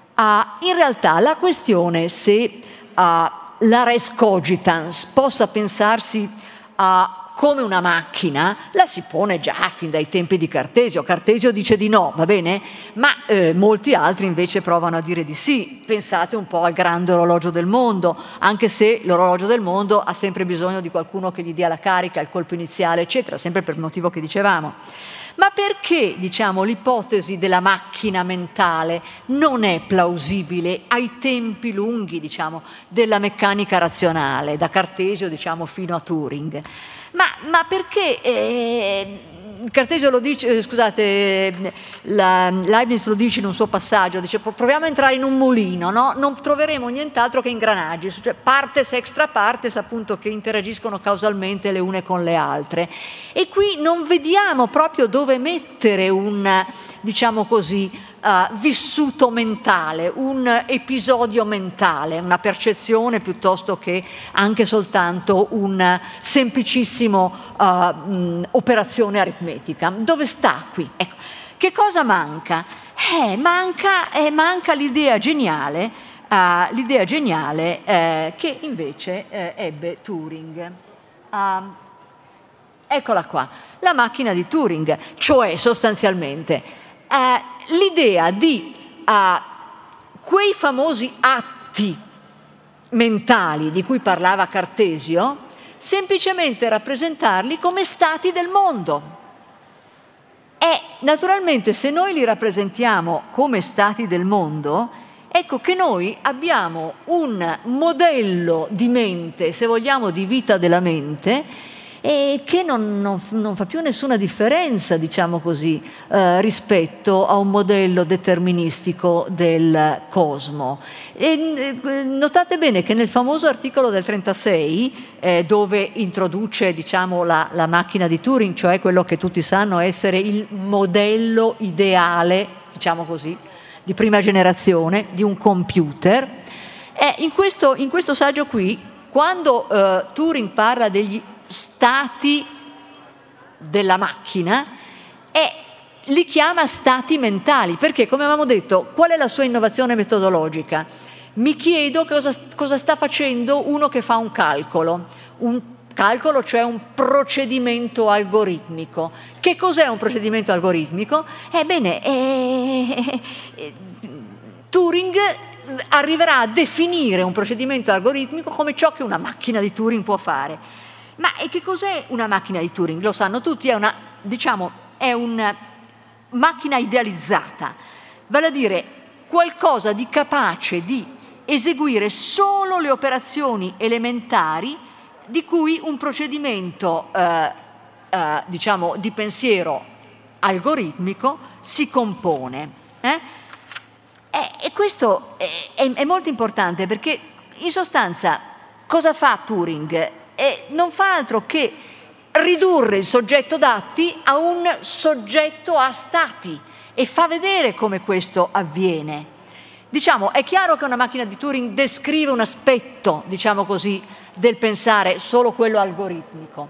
Uh, in realtà la questione se uh, la res cogitans possa pensarsi uh, come una macchina la si pone già fin dai tempi di Cartesio. Cartesio dice di no, va bene? Ma eh, molti altri invece provano a dire di sì. Pensate un po' al grande orologio del mondo, anche se l'orologio del mondo ha sempre bisogno di qualcuno che gli dia la carica, il colpo iniziale, eccetera, sempre per il motivo che dicevamo. Ma perché, diciamo, l'ipotesi della macchina mentale non è plausibile ai tempi lunghi, diciamo, della meccanica razionale, da Cartesio, diciamo, fino a Turing? Ma, ma perché eh, Cartesio lo dice, scusate, la, Leibniz lo dice in un suo passaggio, dice proviamo a entrare in un mulino, no? Non troveremo nient'altro che ingranaggi, cioè partes extra partes, appunto, che interagiscono causalmente le une con le altre. E qui non vediamo proprio dove mettere un, diciamo così, Uh, vissuto mentale, un episodio mentale, una percezione piuttosto che anche soltanto una semplicissimo uh, mh, operazione aritmetica. Dove sta qui? Ecco. Che cosa manca? Eh, manca, eh, manca l'idea geniale, uh, l'idea geniale eh, che invece eh, ebbe Turing. Uh, eccola qua, la macchina di Turing, cioè sostanzialmente eh, l'idea di eh, quei famosi atti mentali di cui parlava Cartesio, semplicemente rappresentarli come stati del mondo. E naturalmente se noi li rappresentiamo come stati del mondo, ecco che noi abbiamo un modello di mente, se vogliamo di vita della mente, e che non, non, non fa più nessuna differenza, diciamo così, eh, rispetto a un modello deterministico del cosmo. E, eh, notate bene che nel famoso articolo del trentasei, eh, dove introduce, diciamo, la, la macchina di Turing, cioè quello che tutti sanno essere il modello ideale, diciamo così, di prima generazione, di un computer, eh, in, questo, in questo saggio qui, quando eh, Turing parla degli stati della macchina, e li chiama stati mentali, perché, come avevamo detto, qual è la sua innovazione metodologica? Mi chiedo cosa, cosa sta facendo uno che fa un calcolo, un calcolo, cioè un procedimento algoritmico. Che cos'è un procedimento algoritmico? Ebbene, eh, eh, Turing arriverà a definire un procedimento algoritmico come ciò che una macchina di Turing può fare. Ma e che cos'è una macchina di Turing? Lo sanno tutti, è una, diciamo, è una macchina idealizzata, vale a dire qualcosa di capace di eseguire solo le operazioni elementari di cui un procedimento, eh, eh, diciamo, di pensiero algoritmico si compone. Eh? E, e questo è, è, è molto importante, perché in sostanza cosa fa Turing? E non fa altro che ridurre il soggetto dati a un soggetto a stati e fa vedere come questo avviene. Diciamo, è chiaro che una macchina di Turing descrive un aspetto, diciamo così, del pensare, solo quello algoritmico,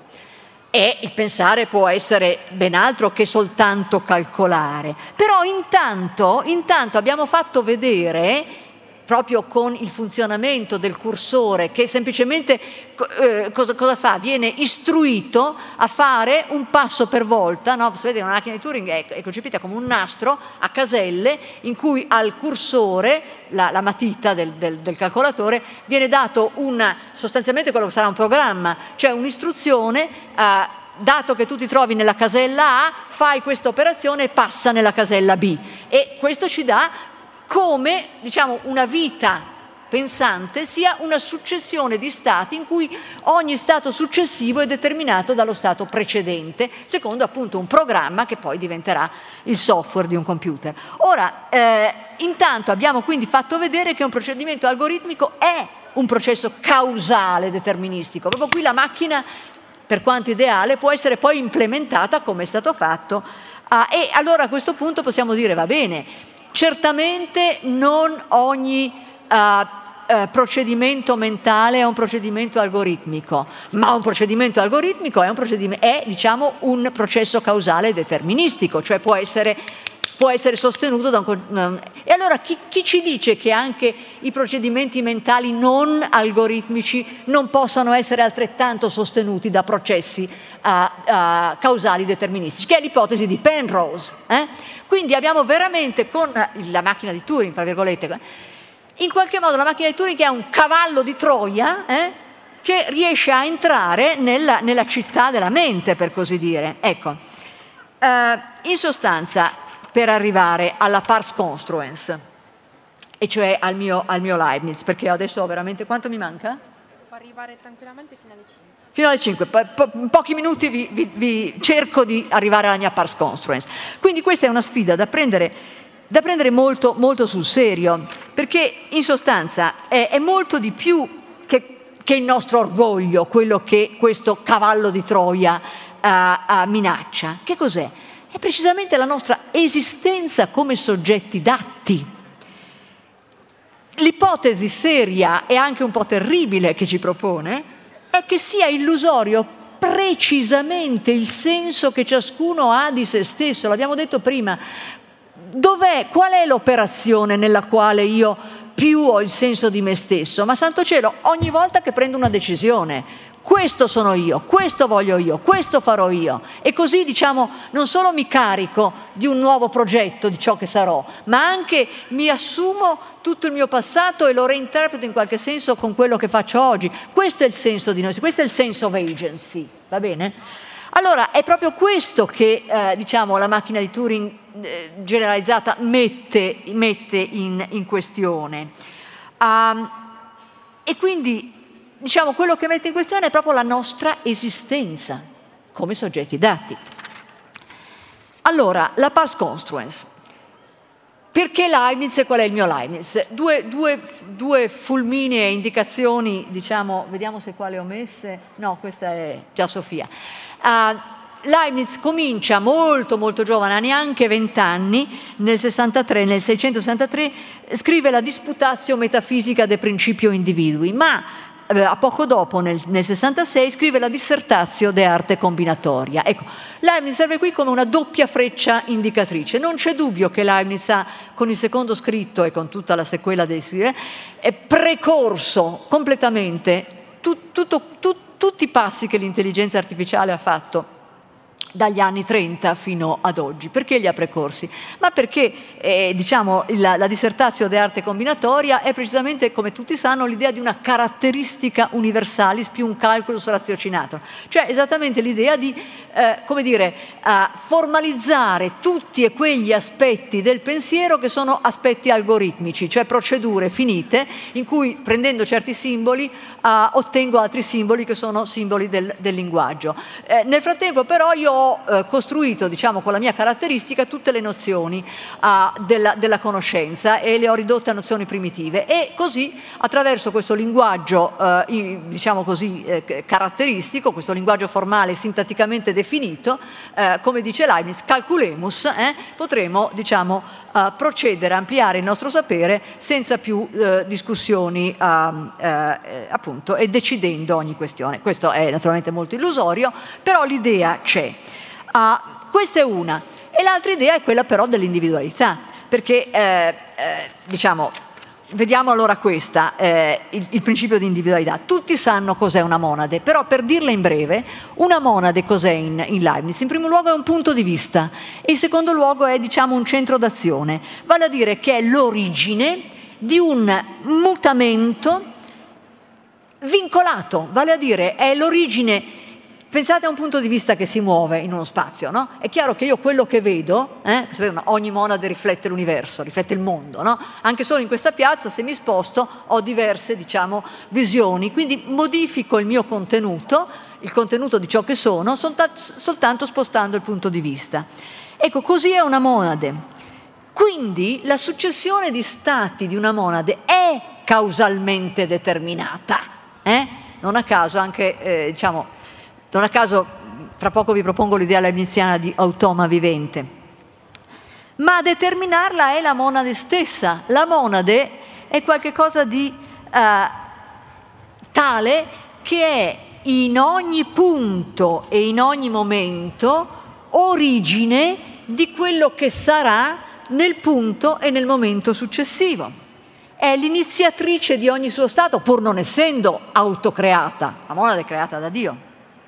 e il pensare può essere ben altro che soltanto calcolare. Però intanto, intanto abbiamo fatto vedere, proprio con il funzionamento del cursore, che semplicemente eh, cosa, cosa fa? Viene istruito a fare un passo per volta, no? Vedete, una macchina di Turing è, è concepita come un nastro a caselle in cui al cursore, la, la matita del, del, del calcolatore, viene dato una, sostanzialmente quello che sarà un programma, cioè un'istruzione, eh, dato che tu ti trovi nella casella A, fai questa operazione e passa nella casella B, e questo ci dà come, diciamo, una vita pensante sia una successione di stati in cui ogni stato successivo è determinato dallo stato precedente, secondo appunto un programma che poi diventerà il software di un computer. Ora, eh, intanto abbiamo quindi fatto vedere che un procedimento algoritmico è un processo causale deterministico. Proprio qui la macchina, per quanto ideale, può essere poi implementata come è stato fatto, ah, e allora a questo punto possiamo dire va bene. Certamente non ogni uh, uh, procedimento mentale è un procedimento algoritmico, ma un procedimento algoritmico è, un procedimento, è diciamo, un processo causale deterministico, cioè può essere, può essere sostenuto da un... E allora chi, chi ci dice che anche i procedimenti mentali non algoritmici non possano essere altrettanto sostenuti da processi uh, uh, causali deterministici, che è l'ipotesi di Penrose, eh? Quindi abbiamo veramente con la macchina di Turing, tra virgolette, in qualche modo la macchina di Turing che è un cavallo di Troia, eh, che riesce a entrare nella, nella città della mente, per così dire. Ecco, eh, in sostanza, per arrivare alla pars construens, e cioè al mio, al mio Leibniz, perché adesso ho veramente... Quanto mi manca? Può arrivare tranquillamente fino alle cinque. Fino alle cinque, in pochi minuti vi, vi, vi cerco di arrivare alla mia pars construens. Quindi questa è una sfida da prendere, da prendere molto, molto sul serio, perché in sostanza è, è molto di più che, che il nostro orgoglio, quello che questo cavallo di Troia uh, uh, minaccia. Che cos'è? È precisamente la nostra esistenza come soggetti d'atti. L'ipotesi seria e anche un po' terribile che ci propone è che sia illusorio precisamente il senso che ciascuno ha di se stesso. L'abbiamo detto prima. Dov'è, qual è l'operazione nella quale io più ho il senso di me stesso? Ma santo cielo, ogni volta che prendo una decisione, questo sono io, questo voglio io, questo farò io. E così, diciamo, non solo mi carico di un nuovo progetto, di ciò che sarò, ma anche mi assumo tutto il mio passato e lo reinterpreto in qualche senso con quello che faccio oggi. Questo è il senso di noi, questo è il sense of agency, va bene? Allora, è proprio questo che, eh, diciamo, la macchina di Turing eh, generalizzata mette, mette in, in questione. Um, e quindi, diciamo, quello che mette in questione è proprio la nostra esistenza come soggetti dati. Allora, la parse construence. Perché Leibniz e qual è il mio Leibniz? Due, due, due fulminee indicazioni, diciamo, vediamo se qua le ho messe. No, questa è già Sofia. Uh, Leibniz comincia molto molto giovane, ha neanche vent'anni, nel sessantatré, nel seicentosessantatré, scrive la Disputatio metafisica de principio individui, ma a poco dopo, nel, nel sessantasei, scrive la Dissertatio de arte combinatoria. Ecco, Leibniz serve qui come una doppia freccia indicatrice. Non c'è dubbio che Leibniz ha, con il secondo scritto e con tutta la sequela dei scritti, è precorso completamente tu, tutto, tu, tutti i passi che l'intelligenza artificiale ha fatto dagli anni trenta fino ad oggi. Perché li ha precorsi? Ma perché eh, diciamo, la, la Dissertatio de arte combinatoria è precisamente, come tutti sanno, l'idea di una caratteristica universalis più un calculus ratiocinator, cioè esattamente l'idea di eh, come dire, eh, formalizzare tutti e quegli aspetti del pensiero che sono aspetti algoritmici, cioè procedure finite in cui, prendendo certi simboli, eh, ottengo altri simboli che sono simboli del, del linguaggio. Eh, nel frattempo però io ho eh, costruito, diciamo, con la mia caratteristica tutte le nozioni eh, della, della conoscenza e le ho ridotte a nozioni primitive, e così attraverso questo linguaggio eh, diciamo così eh, caratteristico, questo linguaggio formale sintatticamente definito, eh, come dice Leibniz, calculemus, eh, potremo, diciamo, eh, procedere a ampliare il nostro sapere senza più eh, discussioni eh, eh, appunto, e decidendo ogni questione. Questo è naturalmente molto illusorio, però l'idea c'è. Uh, questa è una. E l'altra idea è quella però dell'individualità, perché eh, eh, diciamo, vediamo allora questa, eh, il, il principio di individualità. Tutti sanno cos'è una monade, però per dirla in breve, una monade cos'è in, in Leibniz? In primo luogo è un punto di vista e in secondo luogo è, diciamo, un centro d'azione, vale a dire che è l'origine di un mutamento vincolato, vale a dire è l'origine. Pensate a un punto di vista che si muove in uno spazio, no? È chiaro che io quello che vedo, eh, ogni monade riflette l'universo, riflette il mondo, no? Anche solo in questa piazza, se mi sposto, ho diverse, diciamo, visioni, quindi modifico il mio contenuto, il contenuto di ciò che sono, soltanto, soltanto spostando il punto di vista. Ecco, così è una monade. Quindi la successione di stati di una monade è causalmente determinata, eh? Non a caso anche, eh, diciamo, non a caso, fra poco vi propongo l'idea leibniziana di automa vivente. Ma a determinarla è la monade stessa. La monade è qualcosa di eh, tale che è in ogni punto e in ogni momento origine di quello che sarà nel punto e nel momento successivo. È l'iniziatrice di ogni suo stato, pur non essendo autocreata. La monade è creata da Dio.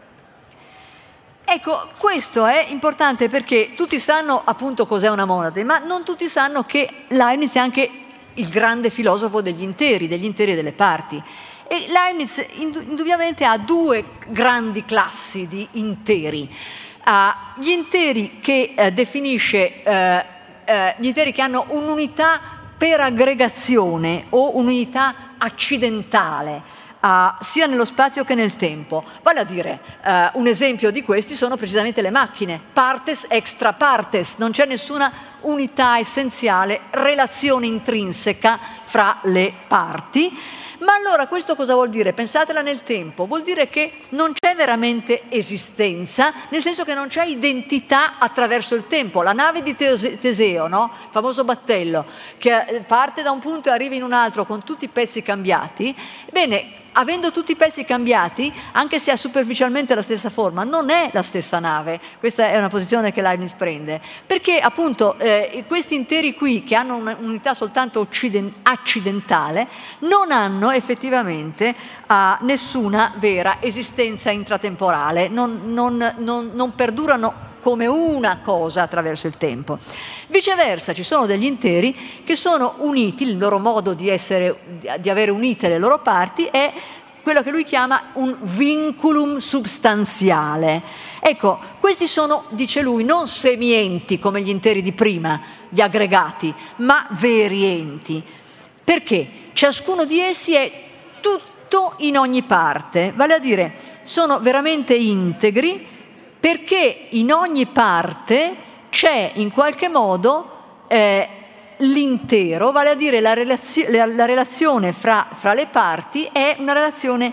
Ecco, questo è importante perché tutti sanno appunto cos'è una monade, ma non tutti sanno che Leibniz è anche il grande filosofo degli interi, degli interi e delle parti. E Leibniz indubbiamente ha due grandi classi di interi. Uh, gli interi che uh, definisce, uh, uh, gli interi che hanno un'unità per aggregazione o un'unità accidentale, Uh, sia nello spazio che nel tempo. Vale a dire, uh, un esempio di questi sono precisamente le macchine, partes extra partes, non c'è nessuna unità essenziale, relazione intrinseca fra le parti. Ma allora questo cosa vuol dire? Pensatela nel tempo, vuol dire che non c'è veramente esistenza, nel senso che non c'è identità attraverso il tempo. La nave di Teseo, no? Il famoso battello, che parte da un punto e arriva in un altro con tutti i pezzi cambiati, bene, avendo tutti i pezzi cambiati, anche se ha superficialmente la stessa forma, non è la stessa nave. Questa è una posizione che Leibniz prende, perché appunto eh, questi interi qui, che hanno un'unità soltanto occident- accidentale, non hanno effettivamente uh, nessuna vera esistenza intratemporale, non, non, non, non perdurano come una cosa attraverso il tempo. Viceversa, ci sono degli interi che sono uniti, il loro modo di essere, di avere unite le loro parti è quello che lui chiama un vinculum substanziale. Ecco, questi sono, dice lui, non semienti come gli interi di prima, gli aggregati, ma veri enti. Perché? Ciascuno di essi è tutto in ogni parte, vale a dire, sono veramente integri, perché in ogni parte c'è in qualche modo eh, l'intero, vale a dire la, relazio- la, la relazione fra, fra le parti è una relazione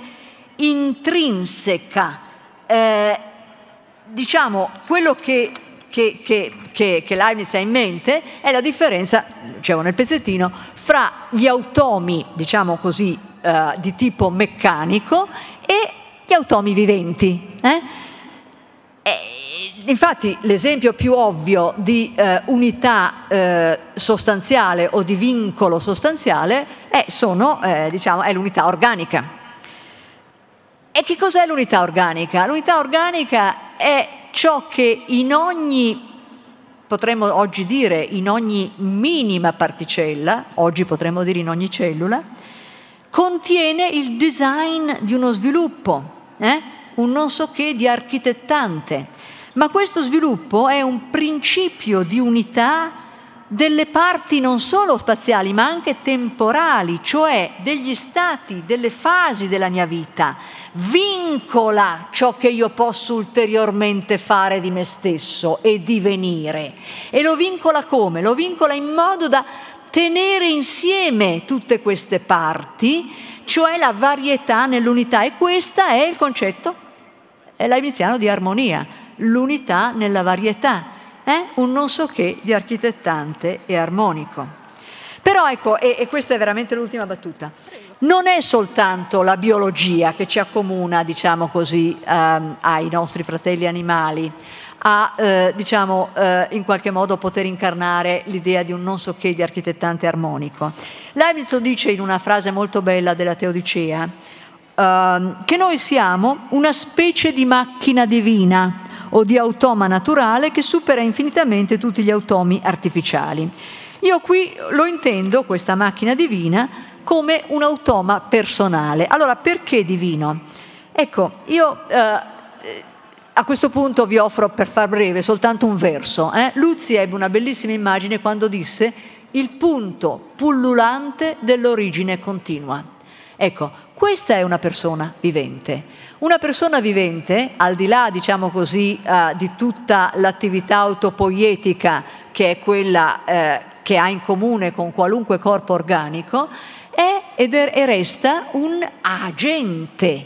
intrinseca. Eh, diciamo, quello che, che, che, che, che Leibniz ha in mente è la differenza, dicevo nel pezzettino, fra gli automi, diciamo così, eh, di tipo meccanico e gli automi viventi. Eh? Eh, infatti l'esempio più ovvio di eh, unità eh, sostanziale o di vincolo sostanziale è, sono, eh, diciamo, è l'unità organica. E che cos'è l'unità organica? L'unità organica è ciò che in ogni, potremmo oggi dire in ogni minima particella, oggi potremmo dire in ogni cellula, contiene il design di uno sviluppo, eh? un non so che di architettante, ma questo sviluppo è un principio di unità delle parti non solo spaziali ma anche temporali, cioè degli stati, delle fasi della mia vita, vincola ciò che io posso ulteriormente fare di me stesso e divenire. E lo vincola come? Lo vincola in modo da tenere insieme tutte queste parti, cioè la varietà nell'unità, e questo è il concetto leibniziano di armonia, l'unità nella varietà, eh? un non so che di architettante e armonico. Però ecco, e, e questa è veramente l'ultima battuta, non è soltanto la biologia che ci accomuna, diciamo così, ehm, ai nostri fratelli animali, a, eh, diciamo, eh, in qualche modo poter incarnare l'idea di un non so che di architettante armonico. Leibniz lo dice in una frase molto bella della Teodicea, eh, che noi siamo una specie di macchina divina o di automa naturale che supera infinitamente tutti gli automi artificiali. Io qui lo intendo, questa macchina divina, come un automa personale. Allora, perché divino? Ecco, io eh, a questo punto vi offro, per far breve, soltanto un verso. Eh? Luzzi ebbe una bellissima immagine quando disse il punto pullulante dell'origine continua. Ecco, questa è una persona vivente. Una persona vivente, al di là, diciamo così, eh, di tutta l'attività autopoietica che è quella eh, che ha in comune con qualunque corpo organico, è ed è, e resta un agente.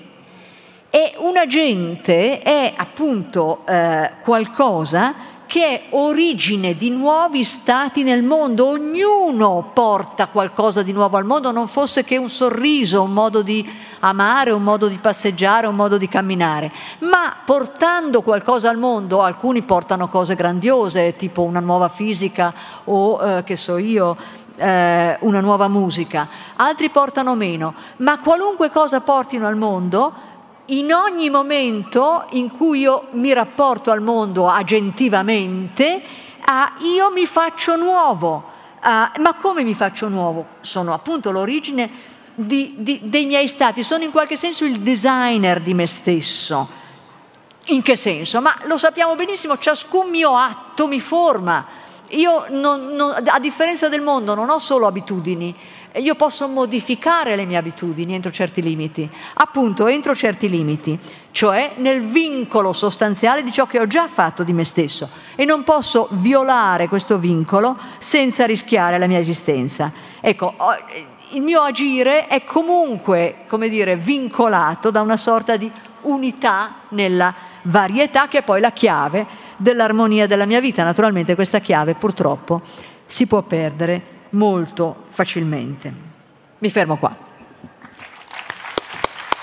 E un agente è appunto eh, qualcosa che è origine di nuovi stati nel mondo. Ognuno porta qualcosa di nuovo al mondo, non fosse che un sorriso, un modo di amare, un modo di passeggiare, un modo di camminare. Ma portando qualcosa al mondo, alcuni portano cose grandiose, tipo una nuova fisica o, eh, che so io, eh, una nuova musica. Altri portano meno. Ma qualunque cosa portino al mondo, in ogni momento in cui io mi rapporto al mondo agentivamente, uh, io mi faccio nuovo. Uh, ma come mi faccio nuovo? Sono appunto l'origine di, di, dei miei stati, sono in qualche senso il designer di me stesso. In che senso? Ma lo sappiamo benissimo, ciascun mio atto mi forma. Io, non, non, a differenza del mondo, non ho solo abitudini. Io posso modificare le mie abitudini entro certi limiti, appunto entro certi limiti, cioè nel vincolo sostanziale di ciò che ho già fatto di me stesso, e non posso violare questo vincolo senza rischiare la mia esistenza. Ecco, il mio agire è comunque, come dire, vincolato da una sorta di unità nella varietà, che è poi la chiave dell'armonia della mia vita. Naturalmente questa chiave purtroppo si può perdere molto facilmente. Mi fermo qua.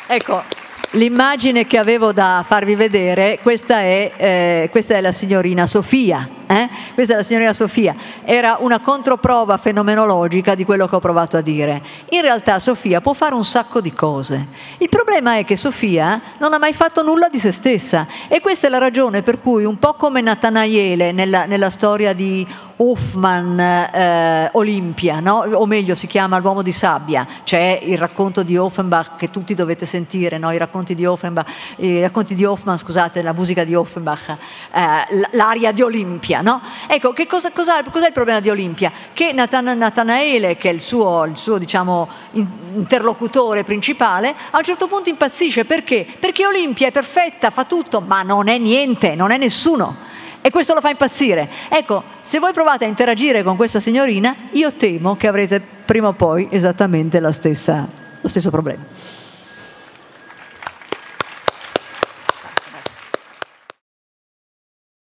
Ecco, l'immagine che avevo da farvi vedere, questa è, eh, questa è la signorina Sofia. Eh? Questa è la signorina Sofia. Era una controprova fenomenologica di quello che ho provato a dire. In realtà Sofia può fare un sacco di cose. Il problema è che Sofia non ha mai fatto nulla di se stessa, e questa è la ragione per cui, un po' come Natanaele nella, nella storia di Hoffmann, eh, Olimpia, no? O meglio si chiama L'uomo di sabbia, c'è il racconto di Offenbach che tutti dovete sentire, no? I racconti di Offenbach, i racconti di Hoffmann, scusate, la musica di Offenbach, eh, l'aria di Olimpia, no? Ecco, che cosa, cosa, cos'è il problema di Olimpia? Che Natana, Natanaele, che è il suo, il suo diciamo, interlocutore principale, a un certo punto impazzisce. Perché? Perché Olimpia è perfetta, fa tutto, ma non è niente, non è nessuno. E questo lo fa impazzire. Ecco, se voi provate a interagire con questa signorina, io temo che avrete prima o poi esattamente la stessa, lo stesso problema.